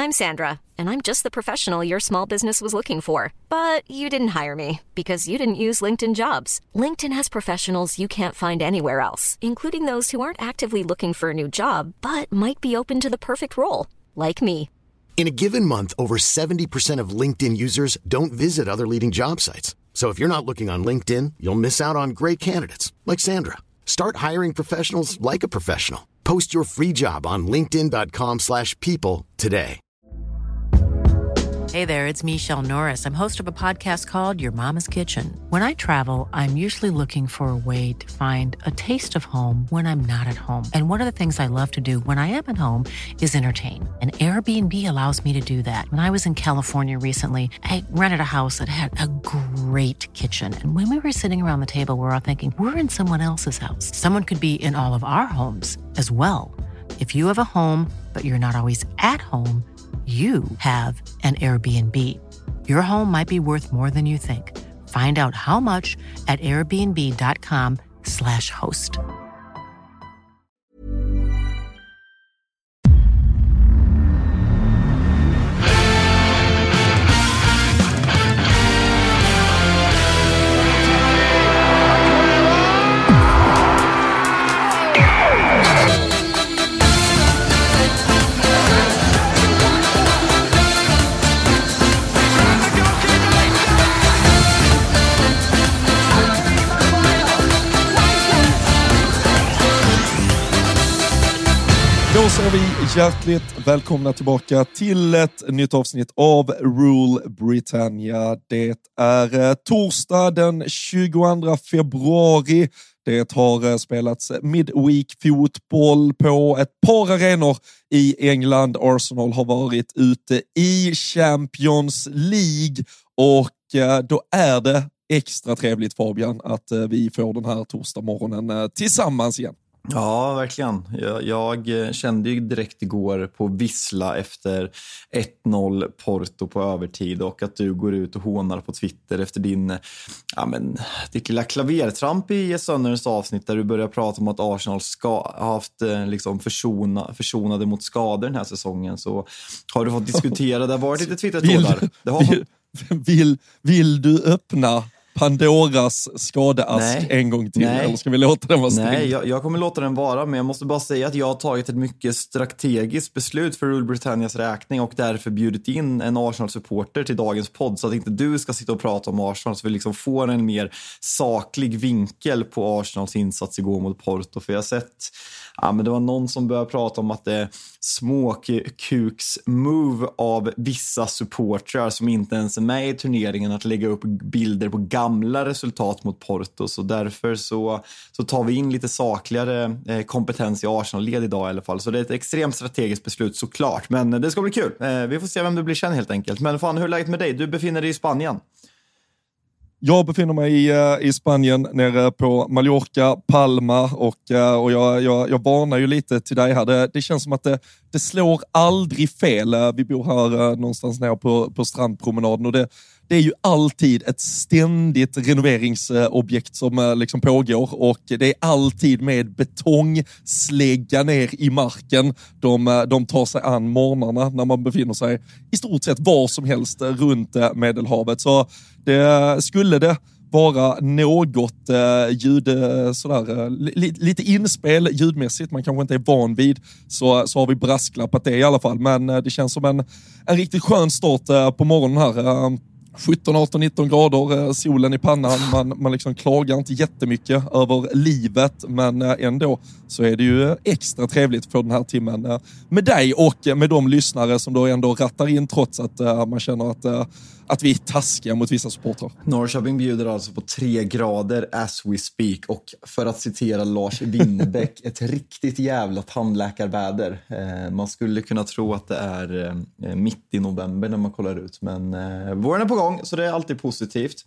I'm Sandra, and I'm just the professional your small business was looking for. But you didn't hire me because you didn't use LinkedIn Jobs. LinkedIn has professionals you can't find anywhere else, including those who aren't actively looking for a new job, but might be open to the perfect role, like me. In a given month, over 70% of LinkedIn users don't visit other leading job sites. So if you're not looking on LinkedIn, you'll miss out on great candidates like Sandra. Start hiring professionals like a professional. Post your free job on linkedin.com/people today. Hey there, it's Michelle Norris. I'm host of a podcast called Your Mama's Kitchen. When I travel, I'm usually looking for a way to find a taste of home when I'm not at home. And one of the things I love to do when I am at home is entertain. And Airbnb allows me to do that. When I was in California recently, I rented a house that had a great kitchen. And when we were sitting around the table, we're all thinking, we're in someone else's house. Someone could be in all of our homes as well. If you have a home, but you're not always at home, you have an Airbnb. Your home might be worth more than you think. Find out how much at airbnb.com/host. Då säger vi hjärtligt välkomna tillbaka till ett nytt avsnitt av Rule Britannia. Det är torsdag den 22 februari. Det har spelats midweek-fotboll på ett par arenor i England. Arsenal har varit ute i Champions League och då är det extra trevligt, Fabian, att vi får den här torsdagsmorgonen tillsammans igen. Ja, verkligen. Jag kände ju direkt igår på vissla efter 1-0 Porto på övertid och att du går ut och hånar på Twitter efter ditt lilla klavertramp i söndagens avsnitt där du börjar prata om att Arsenal ha haft liksom försonade mot skador den här säsongen. Så har du fått diskutera, det har varit lite Twitter-trådar. Vill du öppna Pandoras skadeask en gång till? Eller ska vi låta den vara stängd? Nej, jag kommer låta den vara, men jag måste bara säga att jag har tagit ett mycket strategiskt beslut för Rule Britannias räkning och därför bjudit in en Arsenal-supporter till dagens podd så att inte du ska sitta och prata om Arsenal, så vi liksom får en mer saklig vinkel på Arsenals insats igår mot Porto. För jag har sett, men det var någon som började prata om att det är småkuks-move av vissa supportrar som inte ens är med i turneringen att lägga upp bilder på gamla resultat mot Porto. Så därför så tar vi in lite sakligare kompetens i Arsenal-led idag i alla fall. Så det är ett extremt strategiskt beslut såklart. Men det ska bli kul. Vi får se vem du blir känd helt enkelt. Men fan, hur är läget med dig? Du befinner dig i Spanien. Jag befinner mig i Spanien nere på Mallorca, Palma och jag varnar ju lite till dig här. Det känns som att det slår aldrig fel. Vi bor här någonstans nere på strandpromenaden och det är ju alltid ett ständigt renoveringsobjekt som liksom pågår och det är alltid med betongslägga ner i marken. De tar sig an morgnarna när man befinner sig i stort sett var som helst runt Medelhavet. Så skulle det vara något ljud sådär, lite inspel ljudmässigt man kanske inte är van vid, så har vi brasklappat det i alla fall. Men det känns som en riktigt skön start på morgonen här. 17, 18, 19 grader, solen i pannan, man liksom klagar inte jättemycket över livet, men ändå så är det ju extra trevligt för den här timmen med dig och med de lyssnare som då ändå rattar in trots att man känner att vi är taskiga mot vissa supportrar. Norrköping bjuder alltså på 3 grader as we speak och för att citera Lars Winnerbäck, ett riktigt jävla tandläkarväder. Man skulle kunna tro att det är mitt i november när man kollar ut, men våren är på gång så det är alltid positivt.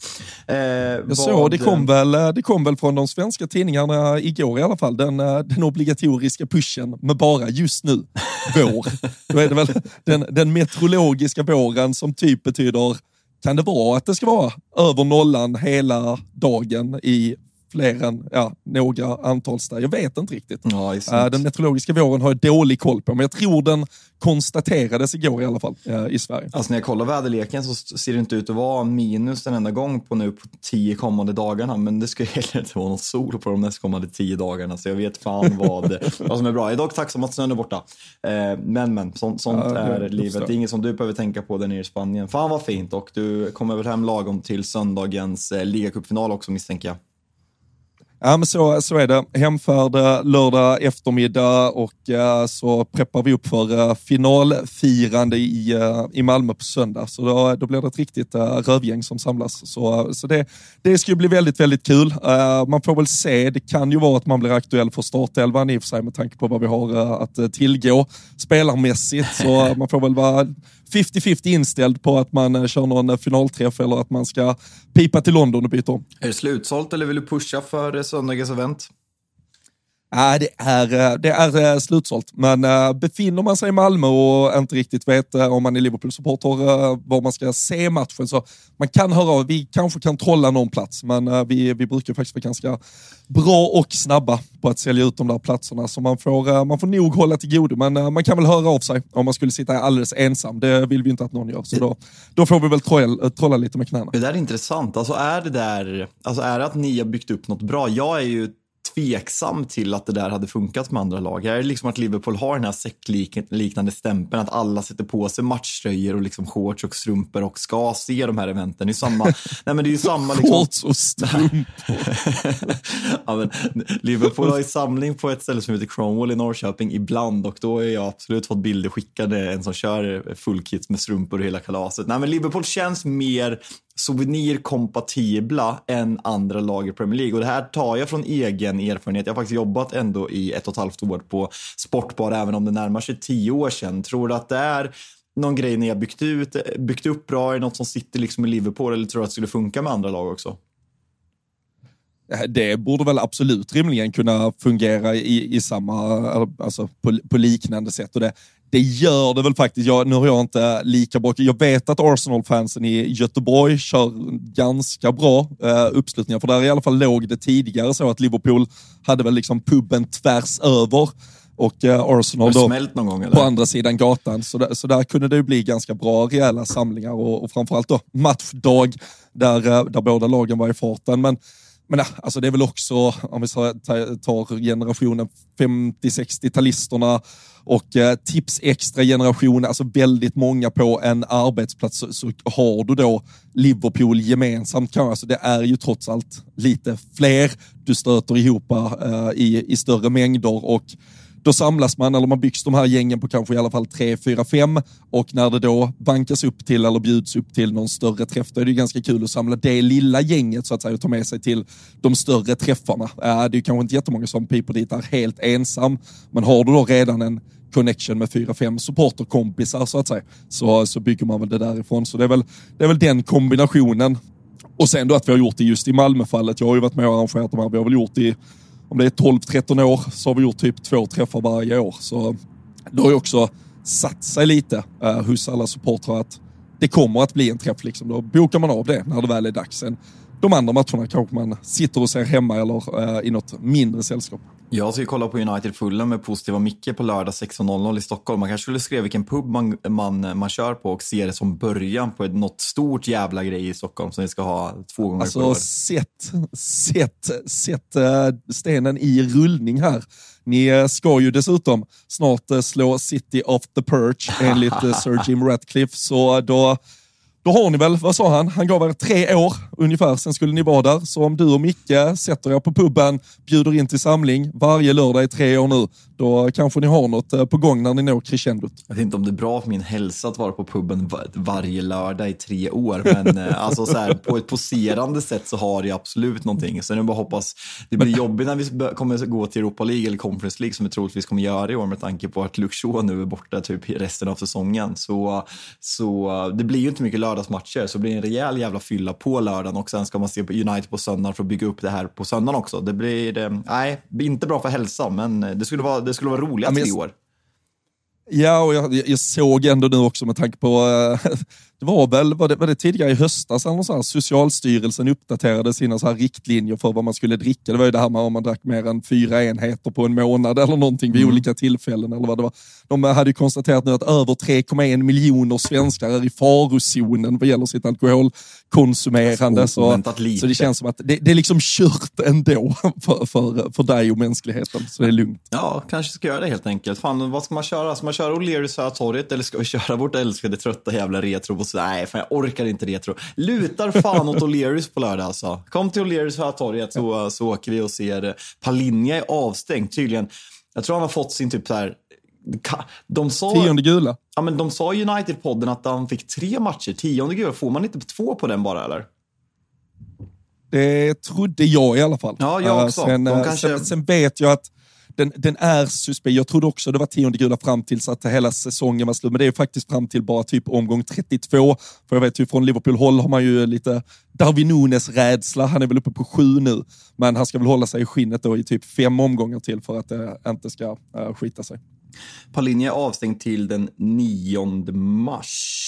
Det kom väl från de svenska tidningarna igår i alla fall, den obligatoriska pushen med bara just nu vår. Då är det väl den meteorologiska våren som typ betyder, kan det vara att det ska vara över nollan hela dagen i fler än några antals där. Jag vet inte riktigt. Ja, den meteorologiska våren har jag dålig koll på, men jag tror den konstaterades igår i alla fall i Sverige. Alltså när jag kollar väderleken så ser det inte ut att vara minus en enda gång på 10 kommande dagarna, men det ska ju heller inte vara någon sol på de nästkommande 10 dagarna, så jag vet fan vad som är bra. Jag är dock tacksam att snön är borta. Men sånt är livet. Det är inget som du behöver tänka på där nere i Spanien. Fan vad fint, och du kommer väl hem lagom till söndagens ligacupfinal också, misstänker jag. Ja, men så är det. Hemfärd lördag eftermiddag och så preppar vi upp för finalfirande i Malmö på söndag. Så då blir det ett riktigt rövgäng som samlas. Så det ska ju bli väldigt, väldigt kul. Man får väl se, det kan ju vara att man blir aktuell för startelvan i och för sig med tanke på vad vi har att tillgå spelarmässigt. Så man får väl vara 50-50 inställd på att man kör någon finalträff eller att man ska pipa till London och byta om. Är det slutsålt eller vill du pusha för söndagens event? Det är slutsålt, men befinner man sig i Malmö och inte riktigt vet om man är Liverpool-supporter var man ska se matchen, så man kan höra av, vi kanske kan trolla någon plats, men vi brukar faktiskt vara ganska bra och snabba på att sälja ut de där platserna, så man får nog hålla till godo, men man kan väl höra av sig om man skulle sitta alldeles ensam, det vill vi inte att någon gör, så då får vi väl trolla lite med knäna. Det där är intressant, alltså är det att ni har byggt upp något bra? Jag är ju tveksam till att det där hade funkat med andra lag. Är det liksom att Liverpool har den här sektliknande stämpeln att alla sätter på sig matchtröjor och liksom shorts och strumpor och ska se de här eventen? Det är samma. Nej, men det är ju samma liksom. Shorts och strumpor. Ja, men Liverpool har ju samling på ett ställe som heter Cromwell i Norrköping ibland, och då har jag absolut fått bilder skickade, en som kör full kit med strumpor och hela kalaset. Nej, men Liverpool känns mer souvenirkompatibla än andra lag i Premier League, och det här tar jag från egen erfarenhet. Jag har faktiskt jobbat ändå i 1,5 år på Sportbar, även om det närmar sig 10 år sedan. Tror du att det är någon grej ni har byggt upp bra, är något som sitter liksom i Liverpool, eller tror du att det skulle funka med andra lag också? Det borde väl absolut rimligen kunna fungera i samma, alltså på liknande sätt, och det gör det väl faktiskt. Nu har jag inte lika bra. Jag vet att Arsenal-fansen i Göteborg kör ganska bra uppslutningar, för där i alla fall låg det tidigare så att Liverpool hade väl liksom puben tvärs över och Arsenal då någon gång, eller? På andra sidan gatan. Så där kunde det ju bli ganska bra rejäla samlingar och framförallt då matchdag där båda lagen var i farten. Men alltså det är väl också, om vi tar generationen 50-60-talisterna och tips extra generation, alltså väldigt många på en arbetsplats, så har du då Liverpool gemensamt. Alltså det är ju trots allt lite fler du stöter ihop i större mängder, och då samlas man, eller man byggs de här gängen på kanske i alla fall 3, 4, 5, och när det då bankas upp till eller bjuds upp till någon större träff, då är det ganska kul att samla det lilla gänget så att säga och ta med sig till de större träffarna. Det är ju kanske inte jättemånga som piper dit är helt ensam, men har du då redan en connection med 4-5 supporterkompisar så att säga, så bygger man väl det därifrån. Så det är väl den kombinationen. Och sen då att vi har gjort det just i Malmöfallet, jag har ju varit med och arrangerat de här, vi har väl gjort om det är 12-13 år så har vi gjort typ 2 träffar varje år. Så det har ju också satt sig lite hos alla supportrar att det kommer att bli en träff. Liksom. Då bokar man av det när det väl är dags. Sen de andra matcherna kanske man sitter och ser hemma eller i något mindre sällskap. Jag ska kolla på United Fulham med Positiva Micke på lördag 16.00 i Stockholm. Man kanske skulle skriva vilken pub man kör på och se det som början på något stort jävla grej i Stockholm som vi ska ha 2 gånger per år. Sätt stenen i rullning här. Ni ska ju dessutom snart slå City off the perch enligt Sir Jim Ratcliffe, så då har ni väl, vad sa han? Han gav er 3 år ungefär, sen skulle ni vara där. Så om du och Micke sätter er på pubben, bjuder in till samling varje lördag i 3 år nu, då kanske ni har något på gång när ni når crescendot. Jag vet inte om det är bra för min hälsa att vara på pubben varje lördag i 3 år, men alltså så här, på ett poserande sätt så har det absolut någonting. Så nu bara hoppas det blir jobbigt när vi kommer gå till Europa League eller Conference League, som vi troligtvis kommer göra i år med tanke på att Luke Shaw nu är borta typ resten av säsongen. Så det blir ju inte mycket lördagsmatcher, så det blir en rejäl jävla fylla på lördagen, och sen ska man se på United på söndagen för att bygga upp det här på söndagen också. Det blir inte bra för hälsan, men det skulle vara roliga 3 år. Ja, och jag såg ändå nu också med tanke på, det var det tidigare i höstas eller så här, Socialstyrelsen uppdaterade sina så här riktlinjer för vad man skulle dricka. Det var ju det här med om man drack mer än 4 enheter på en månad eller någonting vid olika tillfällen eller vad det var. De hade ju konstaterat nu att över 3,1 miljoner svenskar är i farozonen vad gäller sitt alkoholkonsumerande. Så det känns som att det är liksom kört ändå för dig och mänskligheten. Så det är lugnt. Ja, kanske ska göra det helt enkelt. Fan, vad ska man köra? Ska man köra O'Learys här torget eller ska vi köra vårt älskade trötta jävla retro? Nej, fan, jag orkar inte retro. Lutar fan åt O'Learys på lördag alltså. Kom till O'Learys här torget så åker vi och ser Palinja är avstängt tydligen. Jag tror han har fått sin typ så här. De sa 10:e gula. Ja, men de sa i United-podden att han fick 3 matcher. 10:e gula, får man inte 2 på den bara eller? Det trodde jag i alla fall. Ja, jag också. Sen vet jag att den är suspekt. Jag trodde också det var 10:e gula fram till så att hela säsongen var slut. Men det är faktiskt fram till bara typ omgång 32. För jag vet ju från Liverpool-håll har man ju lite Darwin Nunes-rädsla. Han är väl uppe på 7 nu. Men han ska väl hålla sig i skinnet då i typ 5 omgångar till för att det inte ska skita sig. Palinja är avstängd till den 9 mars.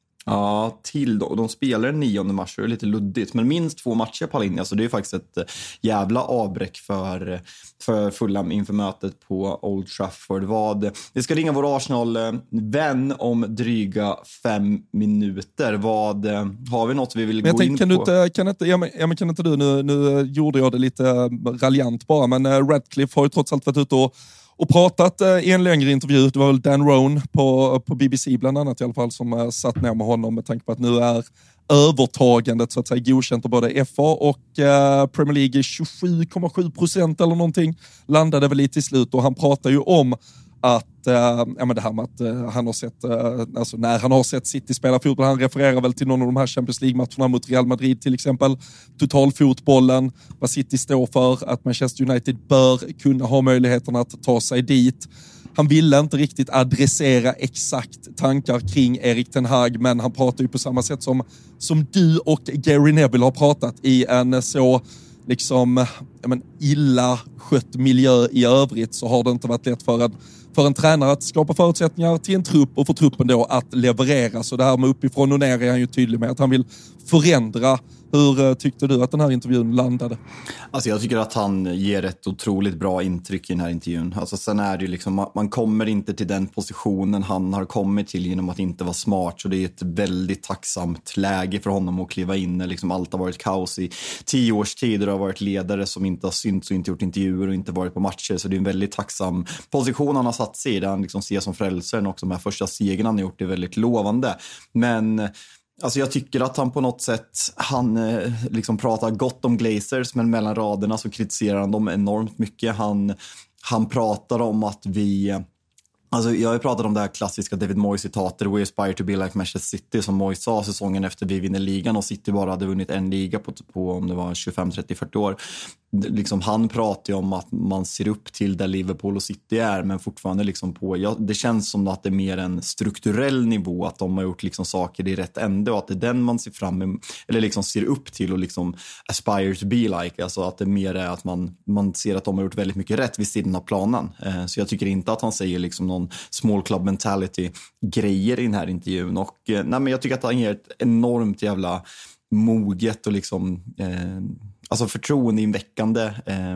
Ja, till då. De spelar den 9 mars, det är lite luddigt. Men minst 2 matcher Palinja, så det är faktiskt ett jävla avbräck för Fulham inför mötet på Old Trafford. Vi ska ringa vår Arsenal-vän om dryga 5 minuter. Har vi något vi vill gå in på? Kan inte du, nu gjorde jag det lite raljant bara, men Radcliffe har ju trots allt varit ute och pratat i en längre intervju. Det var väl Dan Roan på BBC bland annat i alla fall som satt ner med honom med tanke på att nu är övertagandet så att säga godkänt av både FA och Premier League 27,7% eller någonting landade väl lite i slut och han pratar ju om att det här med att han har sett alltså när han har sett City spela fotboll, han refererar väl till någon av de här Champions League-matcherna mot Real Madrid till exempel, totalfotbollen, vad City står för, att Manchester United bör kunna ha möjligheterna att ta sig dit. Han ville inte riktigt adressera exakt tankar kring Erik ten Hag, men han pratar ju på samma sätt som du och Gary Neville har pratat i en så liksom illa skött miljö i övrigt, så har det inte varit lätt för en tränare att skapa förutsättningar till en trupp och för truppen då att leverera. Så det här med uppifrån och ner är han ju tydlig med att han vill förändra. Hur tyckte du att den här intervjun landade? Alltså jag tycker att han ger ett otroligt bra intryck i den här intervjun. Alltså sen är det ju liksom, man kommer inte till den positionen han har kommit till genom att inte vara smart. Så det är ett väldigt tacksamt läge för honom att kliva in när liksom allt har varit kaos i 10 års tid. Och det har varit ledare som inte har synts och inte gjort intervjuer och inte varit på matcher. Så det är en väldigt tacksam position han har satt sig i. Där han liksom ser som frälsaren också. De här första segern han har gjort är väldigt lovande. Men alltså jag tycker att han på något sätt, han liksom pratar gott om Glazers, men mellan raderna så kritiserar han dem enormt mycket. Han pratar om att alltså jag har pratat om det här klassiska David Moyes-citatet, we aspire to be like Manchester City, som Moyes sa säsongen efter vi vinner ligan och City bara hade vunnit en liga på om det var 25, 30, 40 år. Liksom, han pratar ju om att man ser upp till där Liverpool och City är, men fortfarande liksom det känns som att det är mer en strukturell nivå, att de har gjort liksom saker i rätt ände och att det är den man ser fram emot, eller liksom ser upp till och liksom aspire to be like, alltså att det mer är att man ser att de har gjort väldigt mycket rätt vid sidan av planen. Så jag tycker inte att han säger liksom någon small club mentality grejer i den här intervjun, och men jag tycker att han ger ett enormt jävla moget och liksom alltså förtroendeinväckande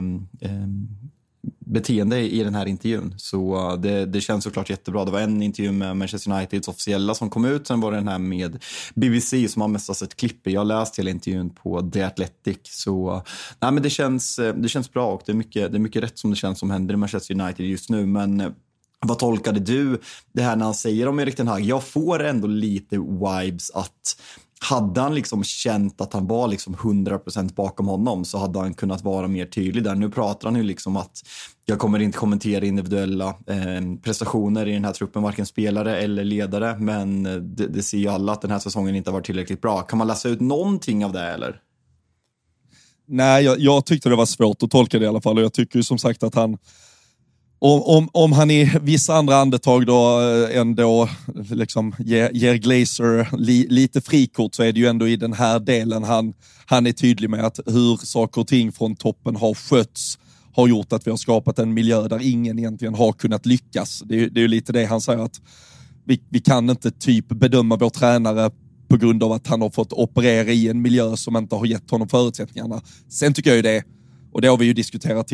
beteende i den här intervjun. Så det känns såklart jättebra. Det var en intervju med Manchester Uniteds officiella som kom ut. Sen var det den här med BBC som har mest sett klipp. Jag läste hela intervjun på The Athletic. Så nej, men det känns bra, och det är mycket rätt som det känns som händer i Manchester United just nu. Men vad tolkade du det här när han säger om Erik ten Hag? Jag får ändå lite vibes att hade han liksom känt att han var liksom 100% bakom honom, så hade han kunnat vara mer tydlig där. Nu pratar han ju liksom att jag kommer inte kommentera individuella prestationer i den här truppen, varken spelare eller ledare, men det ser ju alla att den här säsongen inte har varit tillräckligt bra. Kan man läsa ut någonting av det eller? Nej, jag tyckte det var svårt att tolka det i alla fall, och jag tycker ju som sagt att han om han i vissa andra andetag då ändå liksom ger Glazer lite frikort, så är det ju ändå i den här delen han är tydlig med att hur saker och ting från toppen har skötts har gjort att vi har skapat en miljö där ingen egentligen har kunnat lyckas. Det är ju lite det han säger, att vi kan inte typ bedöma vår tränare på grund av att han har fått operera i en miljö som inte har gett honom förutsättningarna. Sen tycker jag ju det, och det har vi ju diskuterat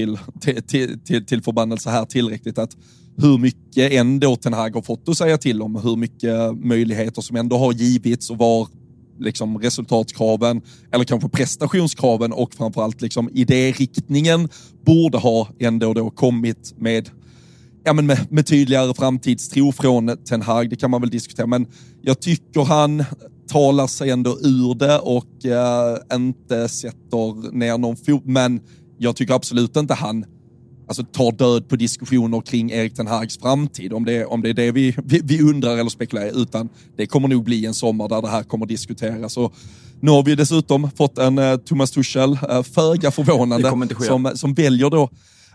till förbannelse här tillräckligt, att hur mycket ändå Ten Hag har fått att säga till om, hur mycket möjligheter som ändå har givits och var liksom resultatkraven eller kanske prestationskraven och framförallt liksom idériktningen borde ha ändå då kommit med tydligare framtidstro från Ten Hag. Det kan man väl diskutera, men jag tycker han talar sig ändå ur det och inte sätter ner någon fot, men jag tycker absolut inte han tar död på diskussioner kring Erik Ten Hags framtid, om det är det vi undrar eller spekulerar, utan det kommer nog bli en sommar där det här kommer diskuteras. Och nu har vi dessutom fått en Thomas Tuchel, föga förvånande, som väljer då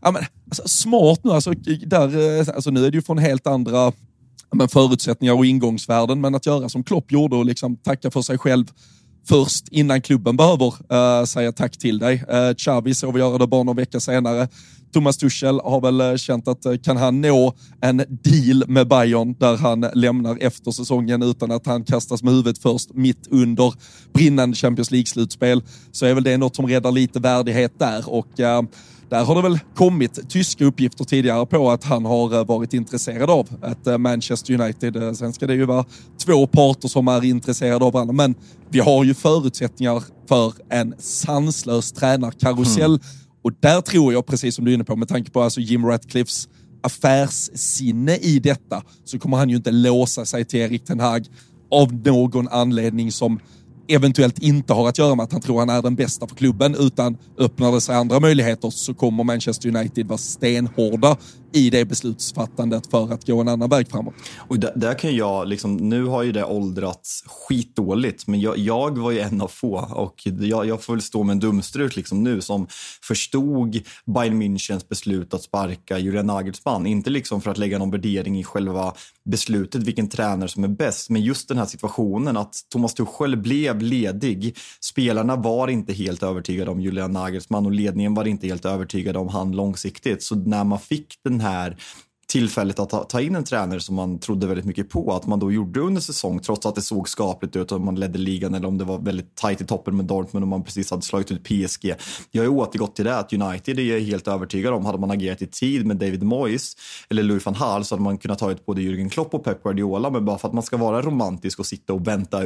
smart nu, nu är det ju från helt andra förutsättningar och ingångsvärden, men att göra som Klopp gjorde och liksom tacka för sig själv först innan klubben behöver säga tack till dig. Xavi såg vi göra det bara någon vecka senare. Thomas Tuchel har väl känt att kan han nå en deal med Bayern där han lämnar efter säsongen utan att han kastas med huvudet först mitt under brinnande Champions League-slutspel, så är väl det något som räddar lite värdighet där. Och där har det väl kommit tyska uppgifter tidigare på att han har varit intresserad av ett Manchester United. Sen ska det ju vara två parter som är intresserade av varandra, men vi har ju förutsättningar för en sanslös tränarkarusell. Och där tror jag, precis som du är inne på, med tanke på Jim Ratcliffes affärssinne i detta, så kommer han ju inte låsa sig till Erik Ten Hag av någon anledning som eventuellt inte har att göra med att han tror han är den bästa för klubben, utan öppnar det sig andra möjligheter så kommer Manchester United vara stenhårda i det beslutsfattandet för att gå en annan väg framåt. Och där kan jag nu har ju det åldrats skitdåligt, men jag var ju en av få, och jag får väl stå med en dumstrut nu som förstod Bayern Münchens beslut att sparka Julian Nagelsmann, inte för att lägga någon värdering i själva beslutet vilken tränare som är bäst, men just den här situationen att Thomas Tuchel blev ledig, spelarna var inte helt övertygade om Julian Nagelsmann och ledningen var inte helt övertygade om han långsiktigt, så när man fick den här tillfället att ta in en tränare som man trodde väldigt mycket på, att man då gjorde under säsong, trots att det såg skapligt ut och man ledde ligan, eller om det var väldigt tajt i toppen med Dortmund och man precis hade slagit ut PSG. Jag har återgått till det att United är helt övertygad om, hade man agerat i tid med David Moyes eller Louis van Gaal så hade man kunnat ta ut både Jürgen Klopp och Pep Guardiola, men bara för att man ska vara romantisk och sitta och vänta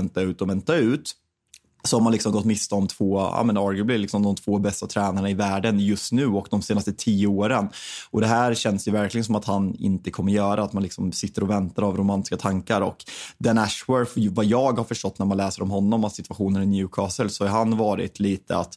ut så har man gått miste om arguably de två bästa tränarna i världen just nu och de senaste 10 åren. Och det här känns ju verkligen som att han inte kommer göra, att man sitter och väntar av romantiska tankar. Och Dan Ashworth, vad jag har förstått när man läser om honom och situationen i Newcastle, så har han varit lite att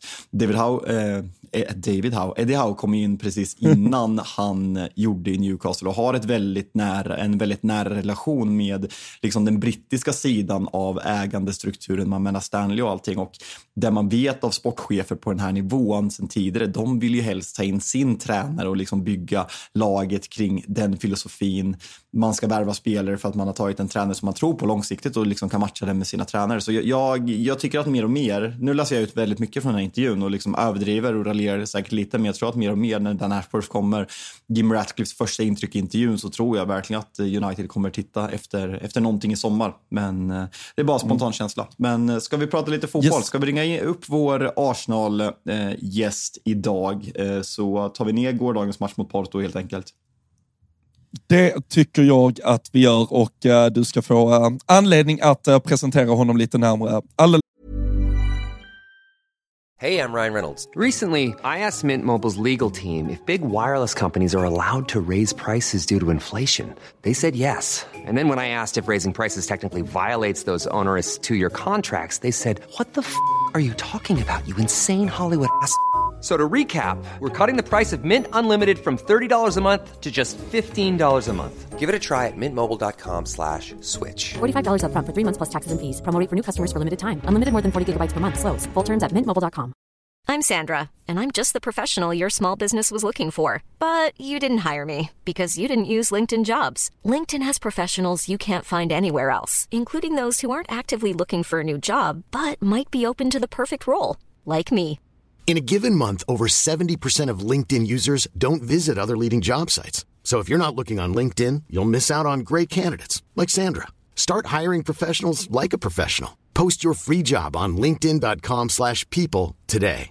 Eddie Howe kom in precis innan han gjorde i Newcastle och har en väldigt nära relation med den brittiska sidan av ägandestrukturen, man menar Stanley och allting, och där man vet av sportchefer på den här nivån sen tidigare, de vill ju helst ta in sin tränare och bygga laget kring den filosofin. Man ska värva spelare för att man har tagit en tränare som man tror på långsiktigt och kan matcha den med sina tränare. Så jag tycker att mer och mer, nu läser jag ut väldigt mycket från den här intervjun och överdriver och raljerar säkert lite, men jag tror att mer och mer när Dan Ashworth kommer, Jim Ratcliffes första intryck i intervjun, så tror jag verkligen att United kommer titta efter någonting i sommar. Men det är bara spontan känsla. Men ska vi prata lite fotboll? Yes. Ska vi ringa upp vår Arsenal-gäst idag, så tar vi ner gårdagens match mot Porto helt enkelt. Det tycker jag att vi gör, och du ska få anledning att presentera honom lite närmare. Hey, I'm Ryan Reynolds. Recently, I asked Mint Mobile's legal team if big wireless companies are allowed to raise prices due to inflation. They said yes. And then when I asked if raising prices technically violates those onerous 2-year contracts, they said, "What the f*** are you talking about, you insane Hollywood ass?" So to recap, we're cutting the price of Mint Unlimited from $30 a month to just $15 a month. Give it a try at mintmobile.com/switch. $45 up front for 3 months plus taxes and fees. Promo rate for new customers for limited time. Unlimited more than 40 gigabytes per month. Slows full terms at mintmobile.com. I'm Sandra, and I'm just the professional your small business was looking for. But you didn't hire me because you didn't use LinkedIn Jobs. LinkedIn has professionals you can't find anywhere else, including those who aren't actively looking for a new job, but might be open to the perfect role, like me. In a given month, over 70% of LinkedIn users don't visit other leading job sites. So if you're not looking on LinkedIn, you'll miss out on great candidates like Sandra. Start hiring professionals like a professional. Post your free job on linkedin.com/people today.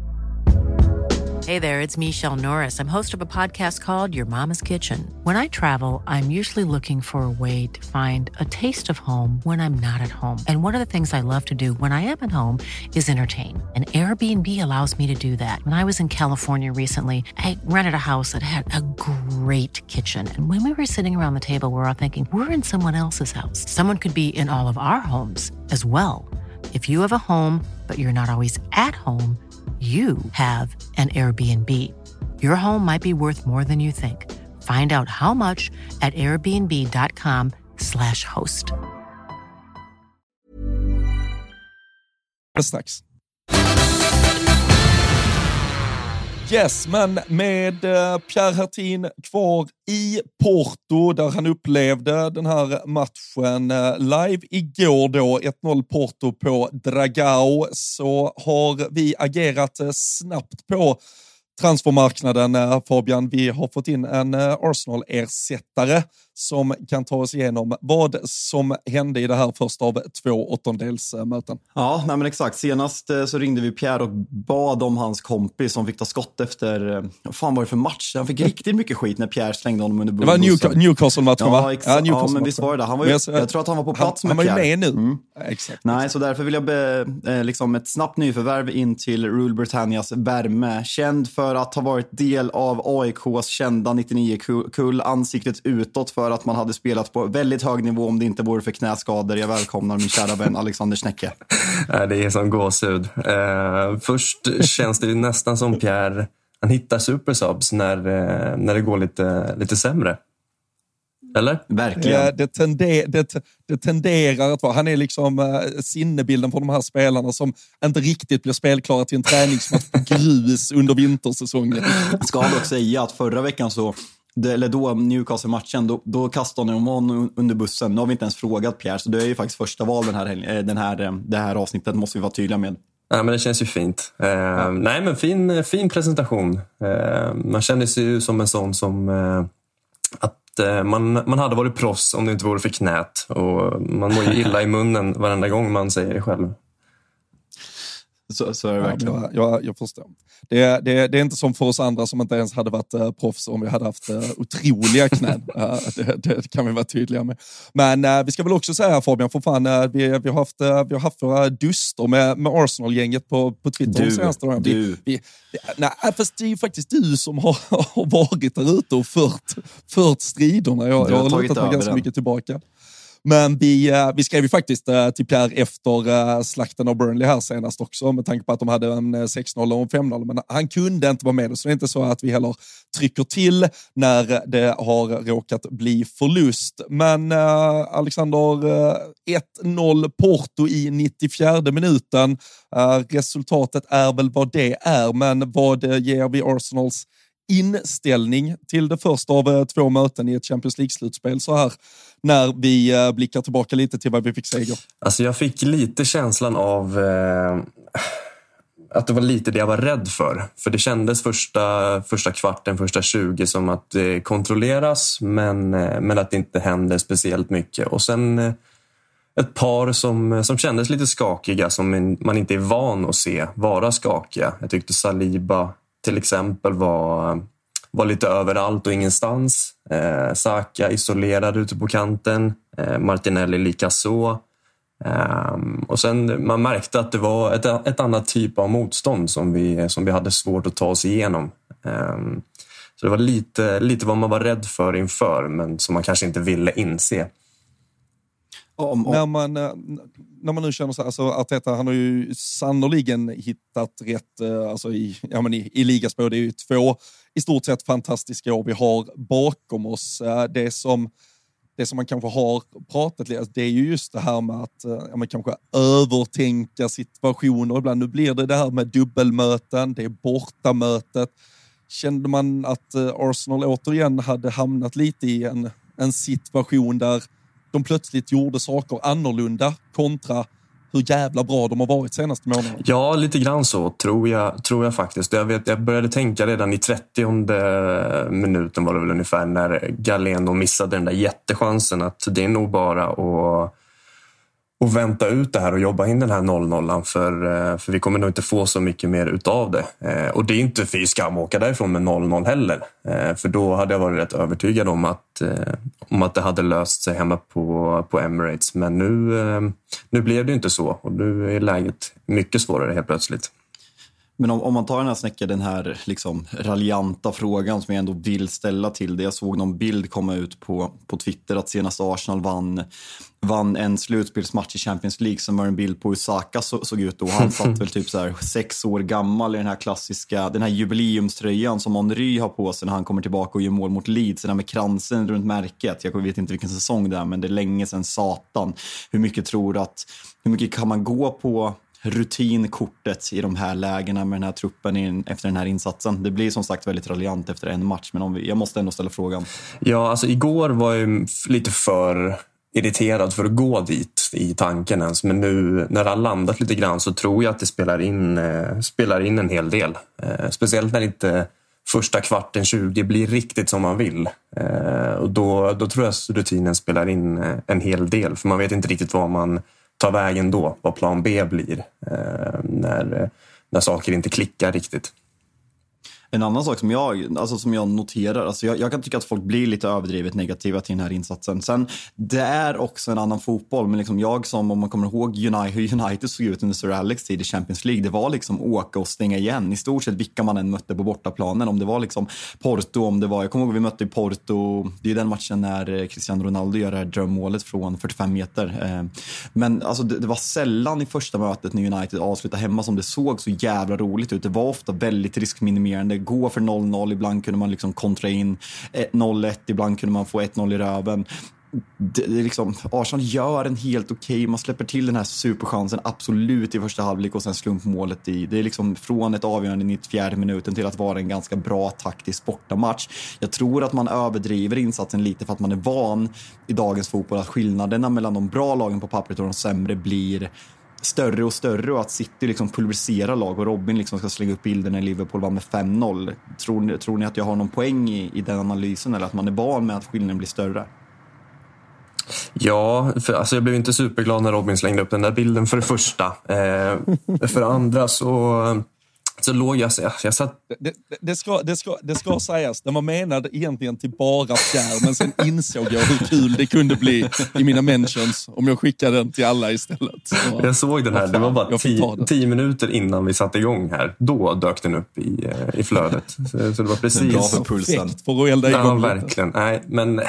Hey there, it's Michelle Norris. I'm host of a podcast called Your Mama's Kitchen. When I travel, I'm usually looking for a way to find a taste of home when I'm not at home. And one of the things I love to do when I am at home is entertain. And Airbnb allows me to do that. When I was in California recently, I rented a house that had a great kitchen. And when we were sitting around the table, we're all thinking, we're in someone else's house. Someone could be in all of our homes as well. If you have a home, but you're not always at home, you have an Airbnb. Your home might be worth more than you think. Find out how much at airbnb.com/host. Strax. Yes, men med Pierre Hertin kvar i Porto där han upplevde den här matchen live igår då, 1-0 Porto på Dragao, så har vi agerat snabbt på transfermarknaden, Fabian. Vi har fått in en Arsenal-ersättare som kan ta oss igenom vad som hände i det här första av 2 åttondelsmöten. Ja, nej men exakt. Senast så ringde vi Pierre och bad om hans kompis som fick ta skott efter, fan var det för match? Han fick riktigt mycket skit när Pierre slängde honom under bussen. Det var Newcastle-matchen, va? Ja, men visst var det. Han var ju, jag tror att han var på plats med Pierre. Han var ju med nu. Mm. Exakt. Nej, så därför vill jag liksom ett snabbt nyförvärv in till Rule Britannias värme. Känd för att ha varit del av AIKs kända 99-kull, ansiktet utåt för att man hade spelat på väldigt hög nivå om det inte vore för knäskador. Jag välkomnar min kära vän Alexander Schnecke. Det är som gåshud. Först känns det nästan som Pierre, han hittar supersubs när det går lite sämre. Eller? Verkligen. Det tenderar att vara. Han är liksom sinnebilden för de här spelarna som inte riktigt blir spelklara till en träningsmatch på grus under vintersäsongen. Ska dock säga att förra veckan så, eller då Newcastle-matchen, då kastade de honom under bussen. Nu har vi inte ens frågat Pierre, så det är ju faktiskt första val det här avsnittet, måste vi vara tydliga med. Nej, men det känns ju fint. Nej, men fin presentation. Man känner sig ju som en sån som att man hade varit proffs om det inte vore för knät. Och man mår ju illa i munnen varenda gång man säger det själv. Så är det verkligen. Jag förstår. Det är inte som för oss andra som inte ens hade varit proffs om vi hade haft otroliga knän. Det kan vi vara tydliga med. Men vi ska väl också säga, Fabian, för fan, vi har haft våra duster med Arsenal-gänget på Twitter de senaste dagarna. Nej, fast det är ju faktiskt du som har varit där ute och fört striderna. Jag har lutat mig ganska mycket tillbaka. Men vi skrev ju faktiskt till Pierre efter slakten av Burnley här senast också, med tanke på att de hade en 6-0 och en 5-0, men han kunde inte vara med, så det är inte så att vi heller trycker till när det har råkat bli förlust. Men Alexander, 1-0 Porto i 94 minuten. Resultatet är väl vad det är, men vad ger vi Arsenals inställning till det första av 2 möten i ett Champions League-slutspel så här, när vi blickar tillbaka lite till vad vi fick se igår? Alltså jag fick lite känslan av att det var lite det jag var rädd för det kändes första kvarten, första 20 som att det kontrolleras, men att det inte hände speciellt mycket. Och sen ett par som kändes lite skakiga, som man inte är van att se vara skakiga. Jag tyckte Saliba till exempel var lite överallt och ingenstans. Saka isolerad ute på kanten. Martinelli lika så. Och sen man märkte att det var ett annat typ av motstånd som vi hade svårt att ta oss igenom. Så det var lite vad man var rädd för inför, men som man kanske inte ville inse. När man nu känner så, alltså Arteta, han har ju sannoliken hittat rätt alltså i ligaspår. Det är ju 2 i stort sett fantastiska år vi har bakom oss. Det som man kanske har pratat lite, det är ju just det här med att man kanske övertänka situationer ibland. Nu blir det här med dubbelmöten, det är bortamötet. Kände man att Arsenal återigen hade hamnat lite i en situation där de plötsligt gjorde saker annorlunda kontra hur jävla bra de har varit senaste månaden. Ja, lite grann så tror jag faktiskt. Jag började tänka redan i 30:e minuten var det väl ungefär, när Galeno missade den där jättechansen, att det är nog bara att vänta ut det här och jobba in den här 0-0, för vi kommer nog inte få så mycket mer utav det. Och det är inte fy skam åka därifrån med 0-0 heller. För då hade jag varit rätt övertygad om att det hade löst sig hemma på Emirates. Men nu blev det inte så, och nu är läget mycket svårare helt plötsligt. Men om man tar den här liksom raljanta frågan som jag ändå vill ställa till det. Jag såg någon bild komma ut på Twitter att senast Arsenal vann en slutspelsmatch i Champions League, som var en bild på hur Saka såg ut då. Han satt väl typ så här 6 år gammal i den här jubileumströjan som Henry har på sig när han kommer tillbaka och gör mål mot Leeds, den här med kransen runt märket. Jag vet inte vilken säsong det är, men det är länge sedan satan. Hur mycket kan man gå på rutinkortet i de här lägena med den här truppen efter den här insatsen? Det blir som sagt väldigt raljant efter en match, men jag måste ändå ställa frågan. Ja, alltså igår var jag lite för irriterad för att gå dit i tanken ens, men nu när det har landat lite grann så tror jag att det spelar in en hel del. Speciellt när inte första kvarten 20 blir riktigt som man vill. Och då tror jag att rutinen spelar in en hel del, för man vet inte riktigt vad man tar vägen då, vad plan B blir när saker inte klickar riktigt. En annan sak som jag noterar, jag kan tycka att folk blir lite överdrivet negativa till den här insatsen. Sen, det är också en annan fotboll, men liksom om man kommer ihåg hur United såg ut under Sir Alex tid i Champions League, det var liksom åka och stänga igen. I stort sett vilka man än mötte på bortaplanen, om det var liksom Porto, jag kommer ihåg vi mötte Porto, det är den matchen när Cristiano Ronaldo gör det här drömmålet från 45 meter. Men alltså det var sällan i första mötet när United avslutade hemma som det såg så jävla roligt ut. Det var ofta väldigt riskminimerande, gå för 0-0, ibland kunde man liksom kontra in 0-1, ibland kunde man få 1-0 i röven. Det är liksom, Arsenal gör en helt okej, man släpper till den här superchansen absolut i första halvlek och sen slumpmålet det är liksom från ett avgörande i 94 minuten till att vara en ganska bra taktisk bortamatch. Jag tror att man överdriver insatsen lite för att man är van i dagens fotboll att skillnaderna mellan de bra lagen på pappret och de sämre blir större och större, och att City liksom pulveriserar lag och Robin liksom ska slänga upp bilden när Liverpool var med 5-0. Tror ni att jag har någon poäng i den analysen, eller att man är van med att skillnaden blir större? Ja, jag blev inte superglad när Robin slängde upp den där bilden, för det första. För det andra så låg jag satt... Det ska sägas, den var menad egentligen till bara fjär, men sen insåg jag hur kul det kunde bli i mina mentions om jag skickade den till alla istället. Så, jag såg den här, det var bara 10 minuter innan vi satte igång här. Då dök den upp i flödet. Så det var precis... Bra för pulsen. För att elda igång. Ja, verkligen. Nej, men...